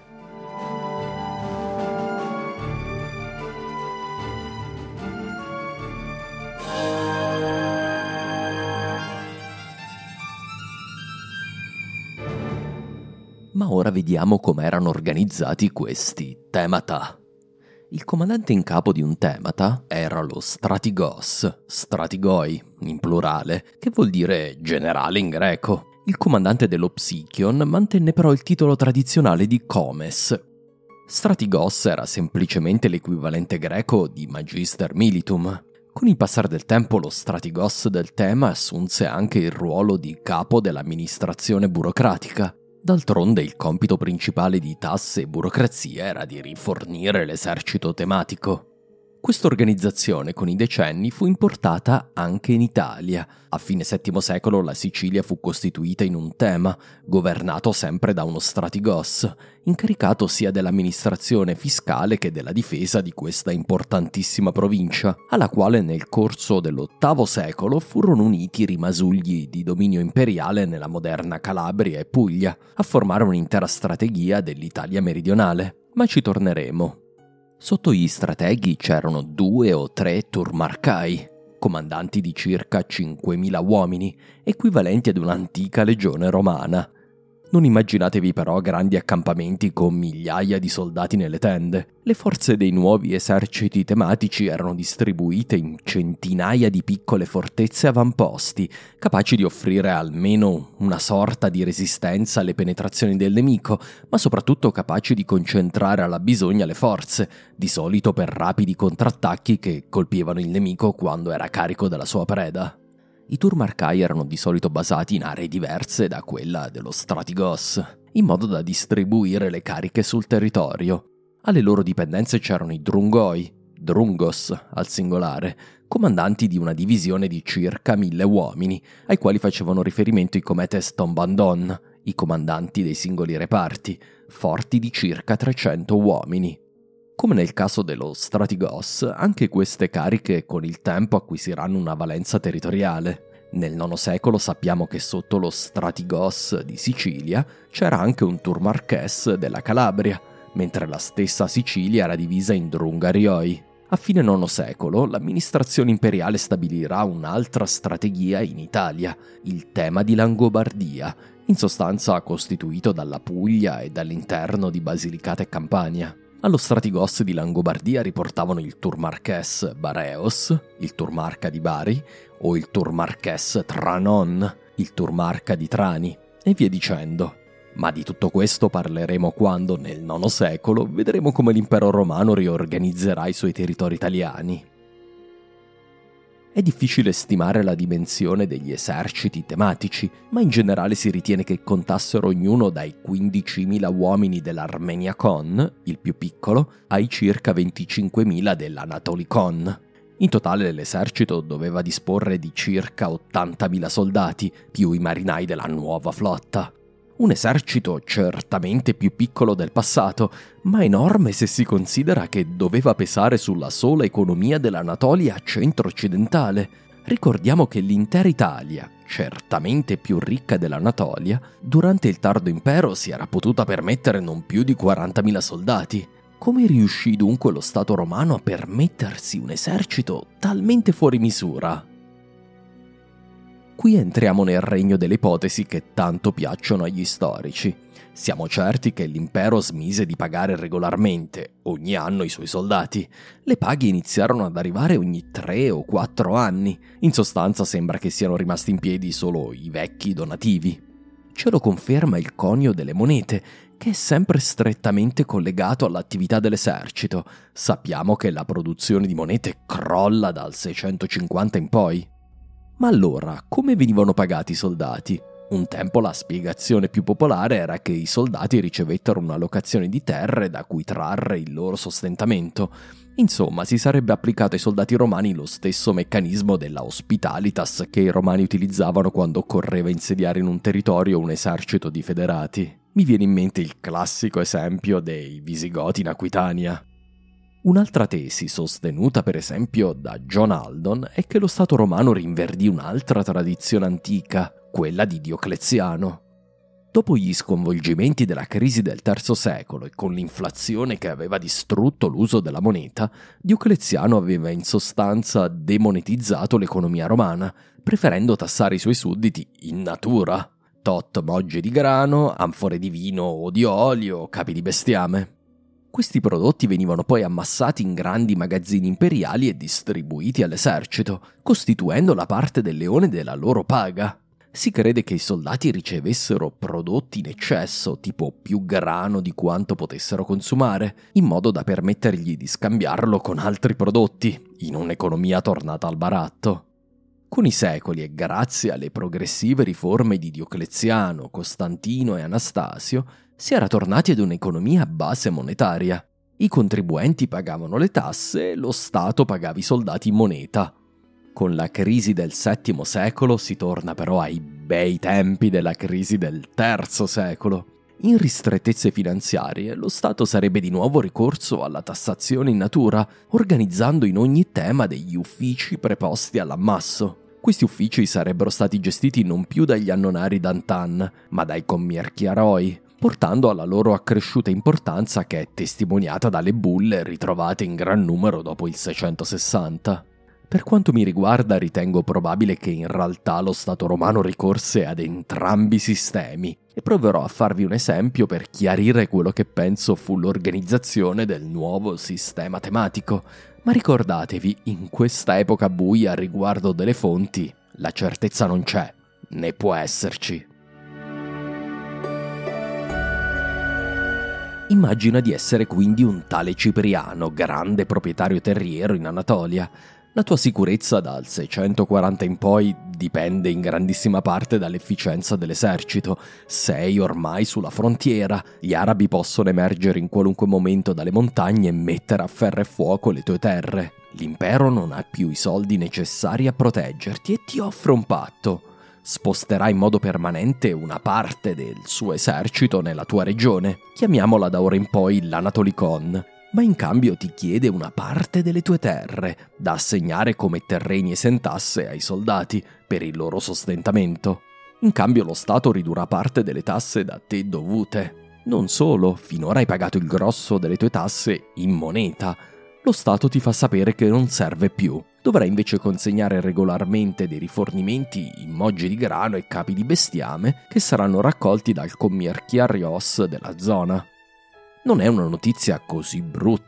Ma ora vediamo come erano organizzati questi temata. Il comandante in capo di un temata era lo stratigos, stratigoi in plurale, che vuol dire generale in greco. Il comandante dello Psichion mantenne però il titolo tradizionale di comes. Stratigos era semplicemente l'equivalente greco di magister militum. Con il passare del tempo lo stratigos del tema assunse anche il ruolo di capo dell'amministrazione burocratica. D'altronde il compito principale di tasse e burocrazia era di rifornire l'esercito tematico. Questa organizzazione con i decenni fu importata anche in Italia. A fine VII secolo la Sicilia fu costituita in un tema, governato sempre da uno stratigos, incaricato sia dell'amministrazione fiscale che della difesa di questa importantissima provincia, alla quale nel corso dell'VIII secolo furono uniti i rimasugli di dominio imperiale nella moderna Calabria e Puglia, a formare un'intera strategia dell'Italia meridionale. Ma ci torneremo. Sotto gli strateghi c'erano 2 o 3 turmarcai, comandanti di circa 5.000 uomini, equivalenti ad un'antica legione romana. Non immaginatevi però grandi accampamenti con migliaia di soldati nelle tende. Le forze dei nuovi eserciti tematici erano distribuite in centinaia di piccole fortezze avamposti, capaci di offrire almeno una sorta di resistenza alle penetrazioni del nemico, ma soprattutto capaci di concentrare alla bisogna le forze, di solito per rapidi contrattacchi che colpivano il nemico quando era carico della sua preda. I turmarcai erano di solito basati in aree diverse da quella dello stratigos, in modo da distribuire le cariche sul territorio. Alle loro dipendenze c'erano i drungoi, drungos al singolare, comandanti di una divisione di circa 1.000 uomini, ai quali facevano riferimento i cometes tombandon, i comandanti dei singoli reparti, forti di circa 300 uomini. Come nel caso dello stratigos, anche queste cariche con il tempo acquisiranno una valenza territoriale. Nel IX secolo sappiamo che sotto lo stratigos di Sicilia c'era anche un turmarches della Calabria, mentre la stessa Sicilia era divisa in drungarioi. A fine IX secolo l'amministrazione imperiale stabilirà un'altra strategia in Italia, il tema di Langobardia, in sostanza costituito dalla Puglia e dall'interno di Basilicata e Campania. Allo stratigos di Langobardia riportavano il turmarches Bareos, il turmarca di Bari, o il turmarches Tranon, il turmarca di Trani, e via dicendo. Ma di tutto questo parleremo quando, nel IX secolo, vedremo come l'impero romano riorganizzerà i suoi territori italiani. È difficile stimare la dimensione degli eserciti tematici, ma in generale si ritiene che contassero ognuno dai 15.000 uomini dell'Armeniakon, il più piccolo, ai circa 25.000 dell'Anatolikon. In totale l'esercito doveva disporre di circa 80.000 soldati, più i marinai della nuova flotta. Un esercito certamente più piccolo del passato, ma enorme se si considera che doveva pesare sulla sola economia dell'Anatolia centro-occidentale. Ricordiamo che l'intera Italia, certamente più ricca dell'Anatolia, durante il tardo impero si era potuta permettere non più di 40.000 soldati. Come riuscì dunque lo Stato romano a permettersi un esercito talmente fuori misura? Qui entriamo nel regno delle ipotesi che tanto piacciono agli storici. Siamo certi che l'impero smise di pagare regolarmente, ogni anno, i suoi soldati. Le paghe iniziarono ad arrivare ogni 3 o 4 anni. In sostanza sembra che siano rimasti in piedi solo i vecchi donativi. Ce lo conferma il conio delle monete, che è sempre strettamente collegato all'attività dell'esercito. Sappiamo che la produzione di monete crolla dal 650 in poi. Ma allora, come venivano pagati i soldati? Un tempo la spiegazione più popolare era che i soldati ricevettero un'allocazione di terre da cui trarre il loro sostentamento. Insomma, si sarebbe applicato ai soldati romani lo stesso meccanismo della hospitalitas che i romani utilizzavano quando occorreva insediare in un territorio un esercito di federati. Mi viene in mente il classico esempio dei Visigoti in Aquitania. Un'altra tesi, sostenuta per esempio da John Haldon, è che lo Stato romano rinverdì un'altra tradizione antica, quella di Diocleziano. Dopo gli sconvolgimenti della crisi del III secolo e con l'inflazione che aveva distrutto l'uso della moneta, Diocleziano aveva in sostanza demonetizzato l'economia romana, preferendo tassare i suoi sudditi in natura. Tot moggi di grano, anfore di vino o di olio, capi di bestiame. Questi prodotti venivano poi ammassati in grandi magazzini imperiali e distribuiti all'esercito, costituendo la parte del leone della loro paga. Si crede che i soldati ricevessero prodotti in eccesso, tipo più grano di quanto potessero consumare, in modo da permettergli di scambiarlo con altri prodotti, in un'economia tornata al baratto. Con i secoli e grazie alle progressive riforme di Diocleziano, Costantino e Anastasio, si era tornati ad un'economia a base monetaria. I contribuenti pagavano le tasse e lo Stato pagava i soldati in moneta. Con la crisi del VII secolo si torna però ai bei tempi della crisi del III secolo. In ristrettezze finanziarie, lo Stato sarebbe di nuovo ricorso alla tassazione in natura, organizzando in ogni tema degli uffici preposti all'ammasso. Questi uffici sarebbero stati gestiti non più dagli annonari d'antan, ma dai commerchiaroi, portando alla loro accresciuta importanza che è testimoniata dalle bulle ritrovate in gran numero dopo il 660. Per quanto mi riguarda, ritengo probabile che in realtà lo Stato romano ricorse ad entrambi i sistemi e proverò a farvi un esempio per chiarire quello che penso fu l'organizzazione del nuovo sistema tematico. Ma ricordatevi, in questa epoca buia a riguardo delle fonti, la certezza non c'è, né può esserci. Immagina di essere quindi un tale Cipriano, grande proprietario terriero in Anatolia. La tua sicurezza dal 640 in poi dipende in grandissima parte dall'efficienza dell'esercito. Sei ormai sulla frontiera, gli arabi possono emergere in qualunque momento dalle montagne e mettere a ferro e fuoco le tue terre. L'impero non ha più i soldi necessari a proteggerti e ti offre un patto. Sposterà in modo permanente una parte del suo esercito nella tua regione, chiamiamola da ora in poi l'Anatolikon, ma in cambio ti chiede una parte delle tue terre, da assegnare come terreni esentasse ai soldati per il loro sostentamento. In cambio lo Stato ridurrà parte delle tasse da te dovute. Non solo, finora hai pagato il grosso delle tue tasse in moneta. Lo Stato ti fa sapere che non serve più. Dovrai invece consegnare regolarmente dei rifornimenti in moggi di grano e capi di bestiame che saranno raccolti dal commerciarios della zona. Non è una notizia così brutta,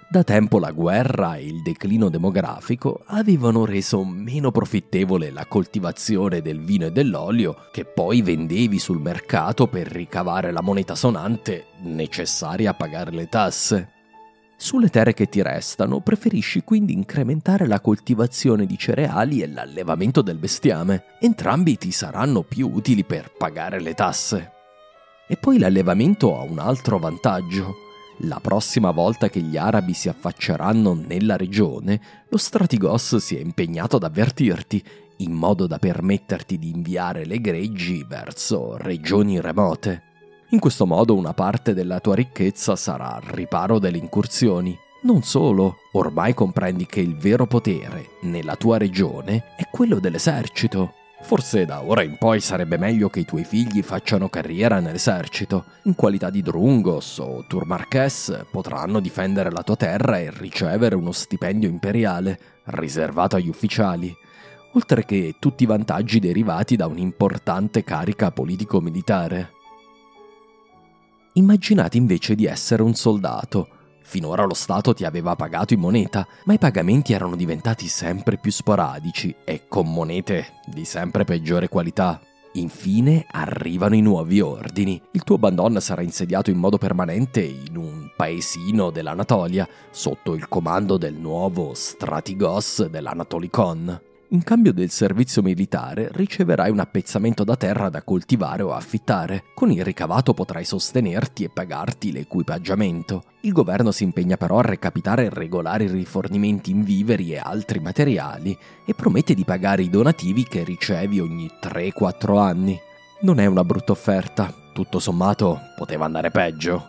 Da tempo la guerra e il declino demografico avevano reso meno profittevole la coltivazione del vino e dell'olio che poi vendevi sul mercato per ricavare la moneta sonante necessaria a pagare le tasse. Sulle terre che ti restano preferisci quindi incrementare la coltivazione di cereali e l'allevamento del bestiame. Entrambi ti saranno più utili per pagare le tasse. E poi l'allevamento ha un altro vantaggio. La prossima volta che gli arabi si affacceranno nella regione, lo Stratigos si è impegnato ad avvertirti, in modo da permetterti di inviare le greggi verso regioni remote. In questo modo una parte della tua ricchezza sarà al riparo delle incursioni. Non solo, ormai comprendi che il vero potere nella tua regione è quello dell'esercito. Forse da ora in poi sarebbe meglio che i tuoi figli facciano carriera nell'esercito. In qualità di Drungos o Turmarches potranno difendere la tua terra e ricevere uno stipendio imperiale, riservato agli ufficiali, oltre che tutti i vantaggi derivati da un'importante carica politico-militare. Immaginate invece di essere un soldato. Finora lo Stato ti aveva pagato in moneta, ma i pagamenti erano diventati sempre più sporadici e con monete di sempre peggiore qualità. Infine arrivano i nuovi ordini. Il tuo Bandon sarà insediato in modo permanente in un paesino dell'Anatolia, sotto il comando del nuovo Stratigos dell'Anatolicon. In cambio del servizio militare riceverai un appezzamento da terra da coltivare o affittare. Con il ricavato potrai sostenerti e pagarti l'equipaggiamento. Il governo si impegna però a recapitare regolari rifornimenti in viveri e altri materiali e promette di pagare i donativi che ricevi ogni 3-4 anni. Non è una brutta offerta, tutto sommato poteva andare peggio.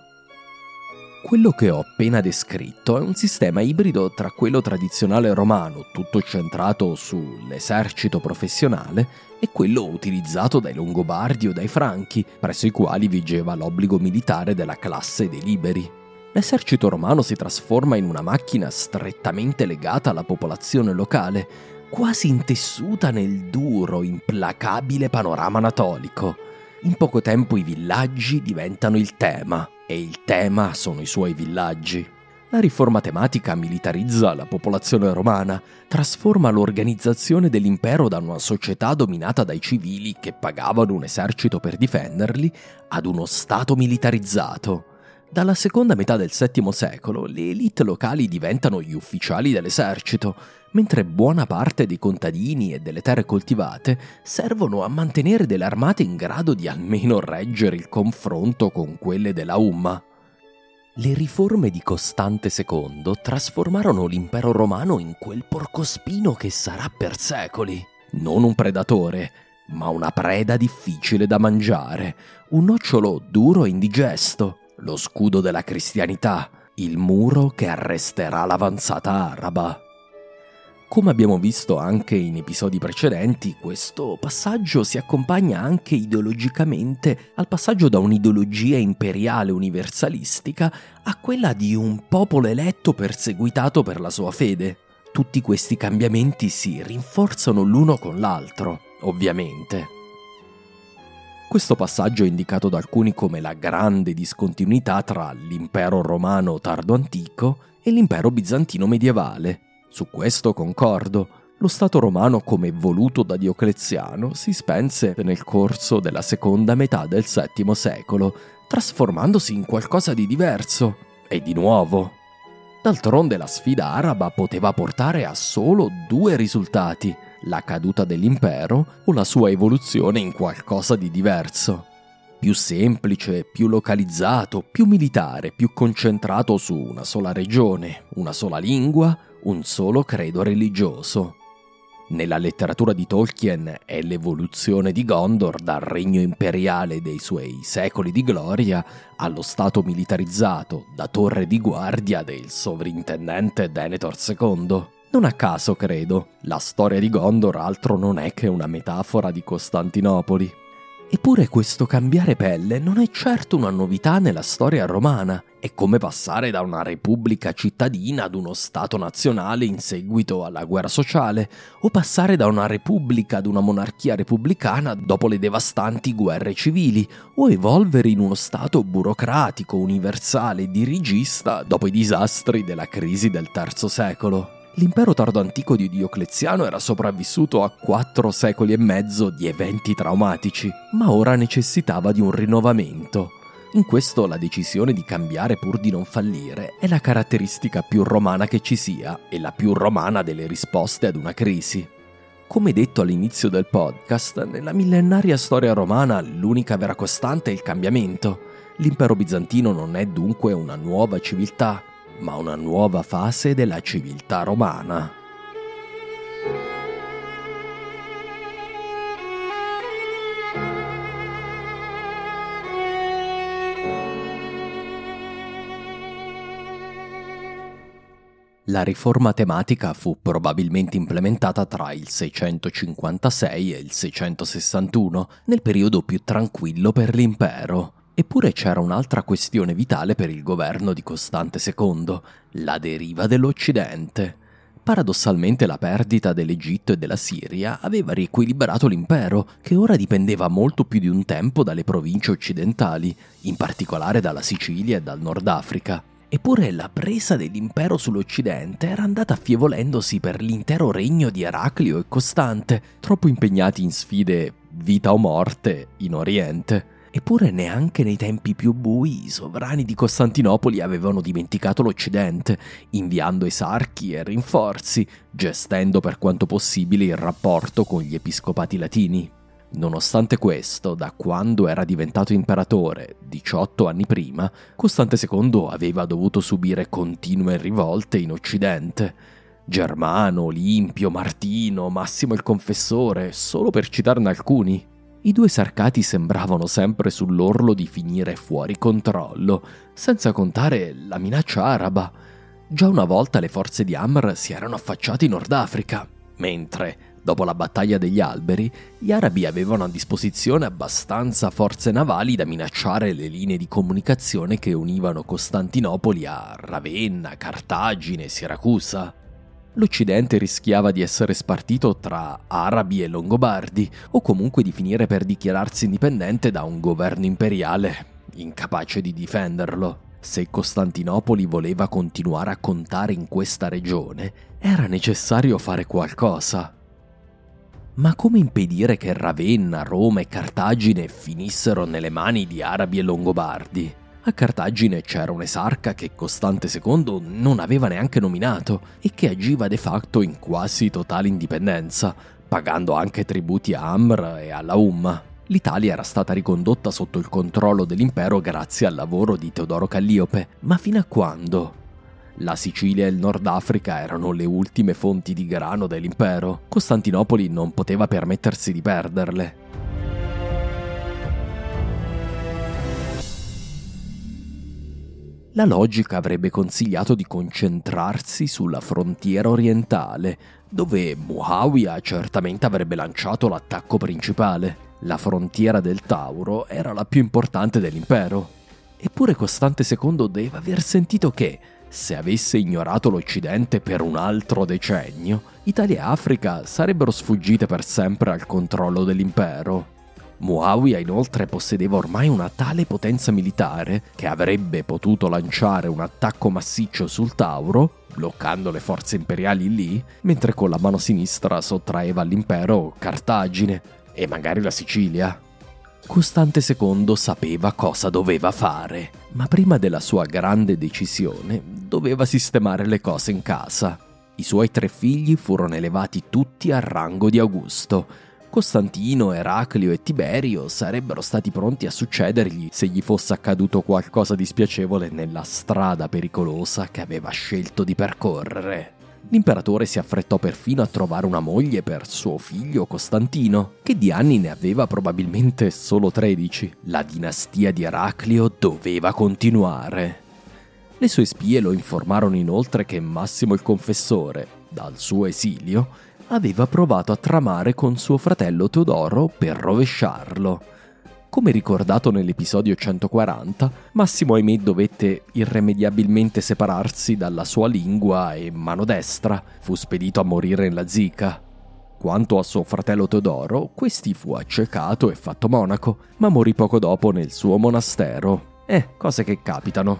Quello che ho appena descritto è un sistema ibrido tra quello tradizionale romano, tutto centrato sull'esercito professionale, e quello utilizzato dai Longobardi o dai Franchi, presso i quali vigeva l'obbligo militare della classe dei liberi. L'esercito romano si trasforma in una macchina strettamente legata alla popolazione locale, quasi intessuta nel duro, implacabile panorama anatolico. In poco tempo i villaggi diventano il tema, e il tema sono i suoi villaggi. La riforma tematica militarizza la popolazione romana, trasforma l'organizzazione dell'impero da una società dominata dai civili che pagavano un esercito per difenderli ad uno stato militarizzato. Dalla seconda metà del VII secolo le elite locali diventano gli ufficiali dell'esercito, mentre buona parte dei contadini e delle terre coltivate servono a mantenere delle armate in grado di almeno reggere il confronto con quelle della Umma. Le riforme di Costante II trasformarono l'impero romano in quel porcospino che sarà per secoli. Non un predatore, ma una preda difficile da mangiare, un nocciolo duro e indigesto, lo scudo della cristianità, il muro che arresterà l'avanzata araba. Come abbiamo visto anche in episodi precedenti, questo passaggio si accompagna anche ideologicamente al passaggio da un'ideologia imperiale universalistica a quella di un popolo eletto perseguitato per la sua fede. Tutti questi cambiamenti si rinforzano l'uno con l'altro, ovviamente. Questo passaggio è indicato da alcuni come la grande discontinuità tra l'impero romano tardo-antico e l'impero bizantino medievale. Su questo concordo. Lo Stato romano, come voluto da Diocleziano, si spense nel corso della seconda metà del VII secolo, trasformandosi in qualcosa di diverso e di nuovo. D'altronde la sfida araba poteva portare a solo 2 risultati: la caduta dell'impero o la sua evoluzione in qualcosa di diverso. Più semplice, più localizzato, più militare, più concentrato su una sola regione, una sola lingua, un solo credo religioso. Nella letteratura di Tolkien è l'evoluzione di Gondor dal regno imperiale dei suoi secoli di gloria allo stato militarizzato da torre di guardia del sovrintendente Denethor II. Non a caso, credo, la storia di Gondor altro non è che una metafora di Costantinopoli. Eppure questo cambiare pelle non è certo una novità nella storia romana, è È come passare da una repubblica cittadina ad uno stato nazionale in seguito alla guerra sociale, o passare da una repubblica ad una monarchia repubblicana dopo le devastanti guerre civili, o evolvere in uno stato burocratico, universale e dirigista dopo i disastri della crisi del III secolo. L'impero tardo-antico di Diocleziano era sopravvissuto a 4 secoli e mezzo di eventi traumatici, ma ora necessitava di un rinnovamento. In questo la decisione di cambiare pur di non fallire è la caratteristica più romana che ci sia e la più romana delle risposte ad una crisi. Come detto all'inizio del podcast, nella millenaria storia romana l'unica vera costante è il cambiamento. L'impero bizantino non è dunque una nuova civiltà, ma una nuova fase della civiltà romana. La riforma tematica fu probabilmente implementata tra il 656 e il 661, nel periodo più tranquillo per l'impero. Eppure c'era un'altra questione vitale per il governo di Costante II, la deriva dell'Occidente. Paradossalmente la perdita dell'Egitto e della Siria aveva riequilibrato l'impero, che ora dipendeva molto più di un tempo dalle province occidentali, in particolare dalla Sicilia e dal Nord Africa. Eppure la presa dell'impero sull'Occidente era andata affievolendosi per l'intero regno di Eraclio e Costante, troppo impegnati in sfide vita o morte in Oriente. Eppure neanche nei tempi più bui i sovrani di Costantinopoli avevano dimenticato l'Occidente, inviando esarchi e rinforzi, gestendo per quanto possibile il rapporto con gli episcopati latini. Nonostante questo, da quando era diventato imperatore, 18 anni prima, Costante II aveva dovuto subire continue rivolte in Occidente. Germano, Olimpio, Martino, Massimo il Confessore, solo per citarne alcuni. I due sarcati sembravano sempre sull'orlo di finire fuori controllo, senza contare la minaccia araba. Già una volta le forze di Amr si erano affacciate in Nord Africa, mentre, dopo la battaglia degli Alberi, gli arabi avevano a disposizione abbastanza forze navali da minacciare le linee di comunicazione che univano Costantinopoli a Ravenna, Cartagine e Siracusa. L'Occidente rischiava di essere spartito tra arabi e longobardi, o comunque di finire per dichiararsi indipendente da un governo imperiale, incapace di difenderlo. Se Costantinopoli voleva continuare a contare in questa regione, era necessario fare qualcosa. Ma come impedire che Ravenna, Roma e Cartagine finissero nelle mani di arabi e longobardi? A Cartagine c'era un'esarca che Costante II non aveva neanche nominato e che agiva de facto in quasi totale indipendenza, pagando anche tributi a Amr e alla Umma. L'Italia era stata ricondotta sotto il controllo dell'impero grazie al lavoro di Teodoro Calliope, ma fino a quando? La Sicilia e il Nord Africa erano le ultime fonti di grano dell'impero. Costantinopoli non poteva permettersi di perderle. La logica avrebbe consigliato di concentrarsi sulla frontiera orientale, dove Muawiyah certamente avrebbe lanciato l'attacco principale. La frontiera del Tauro era la più importante dell'impero. Eppure Costante II deve aver sentito che, se avesse ignorato l'Occidente per un altro decennio, Italia e Africa sarebbero sfuggite per sempre al controllo dell'impero. Muawiyah inoltre possedeva ormai una tale potenza militare che avrebbe potuto lanciare un attacco massiccio sul Tauro, bloccando le forze imperiali lì, mentre con la mano sinistra sottraeva all'impero Cartagine e magari la Sicilia. Costante II sapeva cosa doveva fare, ma prima della sua grande decisione doveva sistemare le cose in casa. I suoi 3 figli furono elevati tutti al rango di Augusto. Costantino, Eraclio e Tiberio sarebbero stati pronti a succedergli se gli fosse accaduto qualcosa di spiacevole nella strada pericolosa che aveva scelto di percorrere. L'imperatore si affrettò perfino a trovare una moglie per suo figlio Costantino, che di anni ne aveva probabilmente solo 13. La dinastia di Eraclio doveva continuare. Le sue spie lo informarono inoltre che Massimo il Confessore, dal suo esilio, aveva provato a tramare con suo fratello Teodoro per rovesciarlo. Come ricordato nell'episodio 140, Massimo ahimè dovette irrimediabilmente separarsi dalla sua lingua e mano destra, fu spedito a morire nella Zica. Quanto a suo fratello Teodoro, questi fu accecato e fatto monaco, ma morì poco dopo nel suo monastero. Cose che capitano.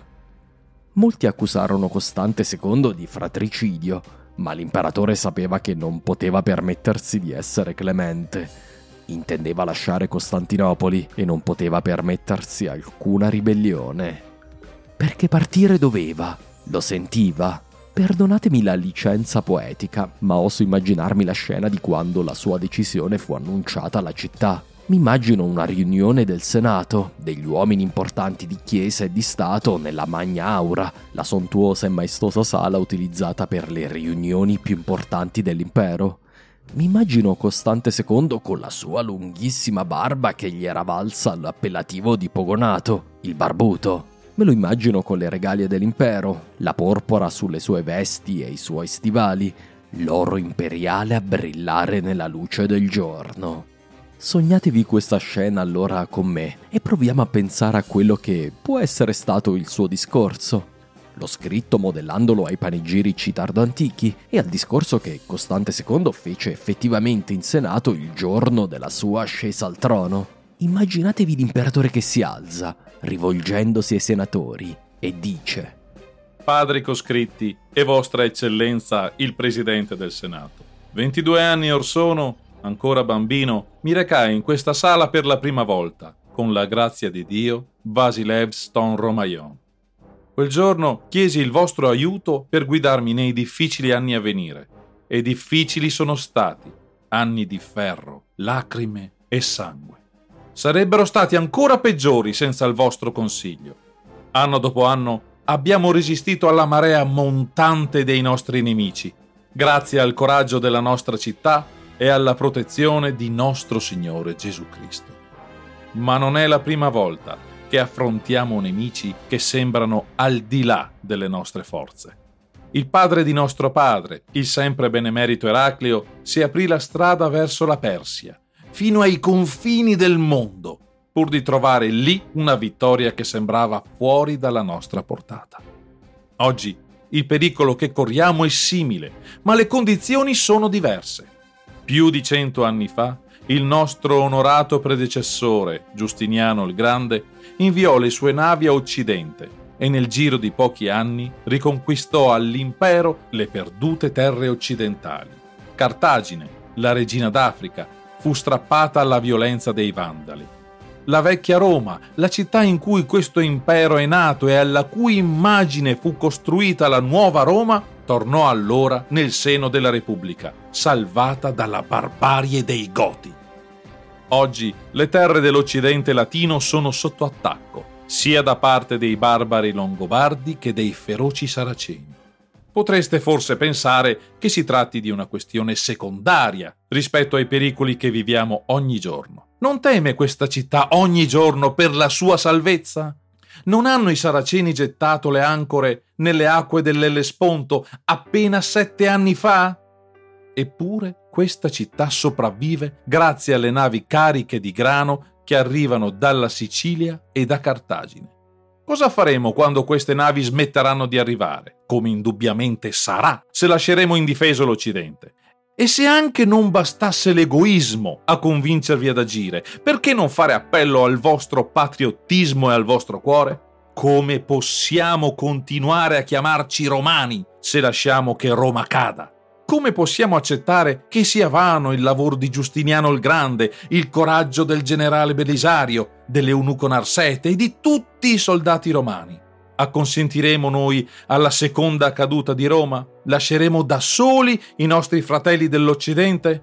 Molti accusarono Costante II di fratricidio, ma l'imperatore sapeva che non poteva permettersi di essere clemente. Intendeva lasciare Costantinopoli e non poteva permettersi alcuna ribellione. Perché partire doveva, lo sentiva. Perdonatemi la licenza poetica, ma oso immaginarmi la scena di quando la sua decisione fu annunciata alla città. Mi immagino una riunione del Senato, degli uomini importanti di Chiesa e di Stato nella Magna Aura, la sontuosa e maestosa sala utilizzata per le riunioni più importanti dell'impero. Mi immagino Costante II con la sua lunghissima barba che gli era valsa l'appellativo di Pogonato, il barbuto. Me lo immagino con le regalie dell'impero, la porpora sulle sue vesti e i suoi stivali, l'oro imperiale a brillare nella luce del giorno. Sognatevi questa scena allora con me e proviamo a pensare a quello che può essere stato il suo discorso. L'ho scritto modellandolo ai panegirici tardo-antichi e al discorso che Costante II fece effettivamente in Senato il giorno della sua ascesa al trono. Immaginatevi l'imperatore che si alza, rivolgendosi ai senatori, e dice: Padri coscritti e vostra eccellenza il presidente del Senato. 22 anni or sono, ancora bambino, mi recai in questa sala per la prima volta, con la grazia di Dio, Vasilev Ston Romaion. Quel giorno chiesi il vostro aiuto per guidarmi nei difficili anni a venire, e difficili sono stati, anni di ferro, lacrime e sangue. Sarebbero stati ancora peggiori senza il vostro consiglio. Anno dopo anno abbiamo resistito alla marea montante dei nostri nemici, grazie al coraggio della nostra città e alla protezione di nostro Signore Gesù Cristo. Ma non è la prima volta che affrontiamo nemici che sembrano al di là delle nostre forze. Il padre di nostro padre, il sempre benemerito Eraclio, si aprì la strada verso la Persia, fino ai confini del mondo, pur di trovare lì una vittoria che sembrava fuori dalla nostra portata. Oggi il pericolo che corriamo è simile, ma le condizioni sono diverse. Più di 100 anni fa, il nostro onorato predecessore, Giustiniano il Grande, inviò le sue navi a Occidente e nel giro di pochi anni riconquistò all'impero le perdute terre occidentali. Cartagine, la regina d'Africa, fu strappata alla violenza dei Vandali. La vecchia Roma, la città in cui questo impero è nato e alla cui immagine fu costruita la nuova Roma, tornò allora nel seno della Repubblica, salvata dalla barbarie dei Goti. Oggi le terre dell'Occidente latino sono sotto attacco, sia da parte dei barbari longobardi che dei feroci saraceni. Potreste forse pensare che si tratti di una questione secondaria rispetto ai pericoli che viviamo ogni giorno. Non teme questa città ogni giorno per la sua salvezza? Non hanno i saraceni gettato le ancore nelle acque dell'Ellesponto appena 7 anni fa? Eppure questa città sopravvive grazie alle navi cariche di grano che arrivano dalla Sicilia e da Cartagine. Cosa faremo quando queste navi smetteranno di arrivare? Come indubbiamente sarà se lasceremo indifeso l'Occidente. E se anche non bastasse l'egoismo a convincervi ad agire, perché non fare appello al vostro patriottismo e al vostro cuore? Come possiamo continuare a chiamarci romani se lasciamo che Roma cada? Come possiamo accettare che sia vano il lavoro di Giustiniano il Grande, il coraggio del generale Belisario, dell'eunuco Narsete e di tutti i soldati romani? Acconsentiremo noi alla seconda caduta di Roma? Lasceremo da soli i nostri fratelli dell'Occidente?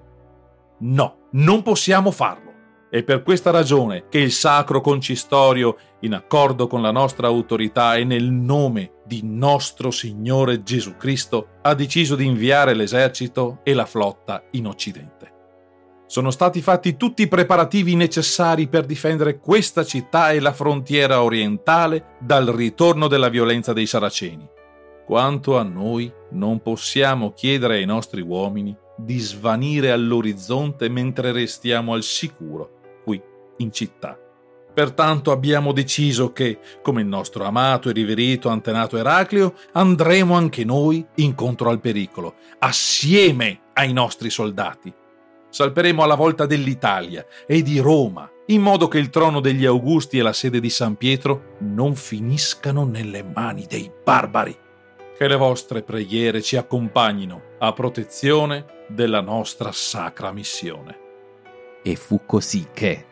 No, non possiamo farlo. È per questa ragione che il Sacro Concistorio, in accordo con la nostra autorità e nel nome di nostro Signore Gesù Cristo, ha deciso di inviare l'esercito e la flotta in Occidente. Sono stati fatti tutti i preparativi necessari per difendere questa città e la frontiera orientale dal ritorno della violenza dei Saraceni. Quanto a noi, non possiamo chiedere ai nostri uomini di svanire all'orizzonte mentre restiamo al sicuro qui in città. Pertanto abbiamo deciso che, come il nostro amato e riverito antenato Eraclio, andremo anche noi incontro al pericolo, assieme ai nostri soldati. Salperemo alla volta dell'Italia e di Roma, in modo che il trono degli Augusti e la sede di San Pietro non finiscano nelle mani dei barbari. Che le vostre preghiere ci accompagnino a protezione della nostra sacra missione. E fu così che,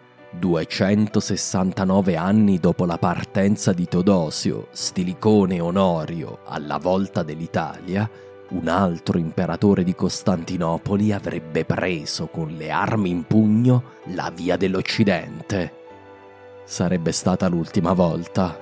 269 anni dopo la partenza di Teodosio, Stilicone e Onorio alla volta dell'Italia, un altro imperatore di Costantinopoli avrebbe preso con le armi in pugno la via dell'Occidente. Sarebbe stata l'ultima volta.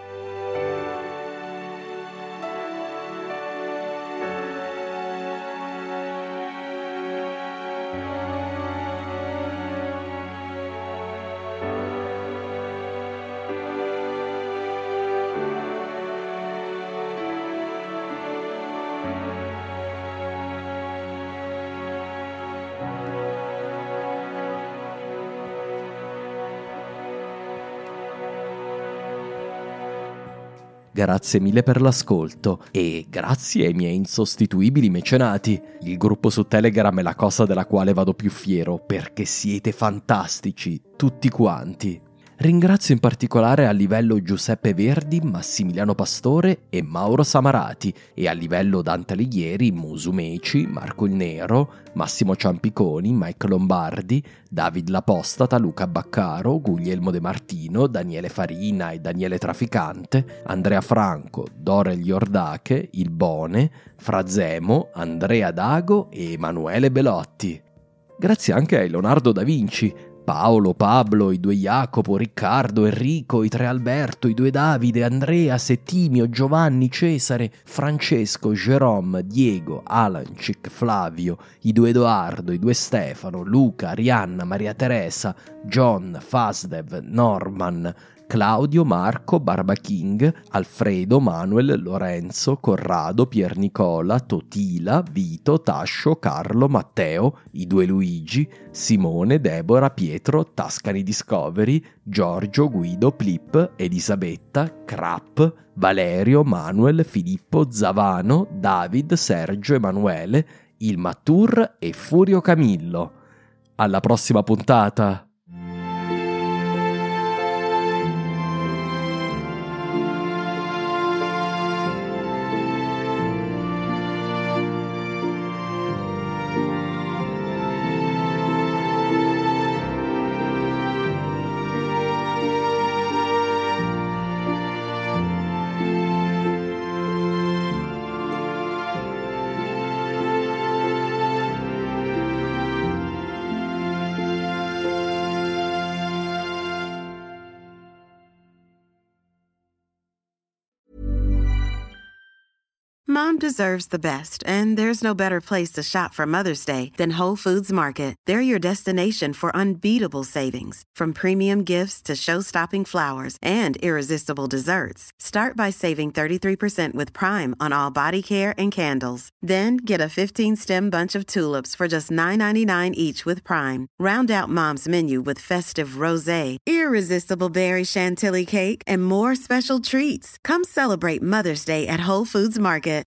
Grazie mille per l'ascolto e grazie ai miei insostituibili mecenati. Il gruppo su Telegram è la cosa della quale vado più fiero perché siete fantastici, tutti quanti. Ringrazio in particolare a livello Giuseppe Verdi, Massimiliano Pastore e Mauro Samarati e a livello Dante Alighieri, Musu Meci, Marco il Nero, Massimo Ciampiconi, Mike Lombardi, David L'Apostata, Luca Baccaro, Guglielmo De Martino, Daniele Farina e Daniele Traficante, Andrea Franco, Dorel Iordache, Il Bone, Frazemo, Andrea Dago e Emanuele Belotti. Grazie anche a Leonardo da Vinci, Paolo, Pablo, i due Jacopo, Riccardo, Enrico, i tre Alberto, i due Davide, Andrea, Settimio, Giovanni, Cesare, Francesco, Jerome, Diego, Alancic, Flavio, i due Edoardo, i due Stefano, Luca, Arianna, Maria Teresa, John, Fasdev, Norman, Claudio, Marco, Barba King, Alfredo, Manuel, Lorenzo, Corrado, Pier Nicola, Totila, Vito, Tascio, Carlo, Matteo, i due Luigi, Simone, Deborah, Pietro, Tascani Discovery, Giorgio, Guido, Plip, Elisabetta, Crap, Valerio, Manuel, Filippo, Zavano, David, Sergio, Emanuele, Il Mattur e Furio Camillo. Alla prossima puntata! Mom deserves the best, and there's no better place to shop for Mother's Day than Whole Foods Market. They're your destination for unbeatable savings, from premium gifts to show-stopping flowers and irresistible desserts. Start by saving 33% with Prime on all body care and candles. Then get a 15-stem bunch of tulips for just $9.99 each with Prime. Round out Mom's menu with festive rosé, irresistible berry chantilly cake, and more special treats. Come celebrate Mother's Day at Whole Foods Market.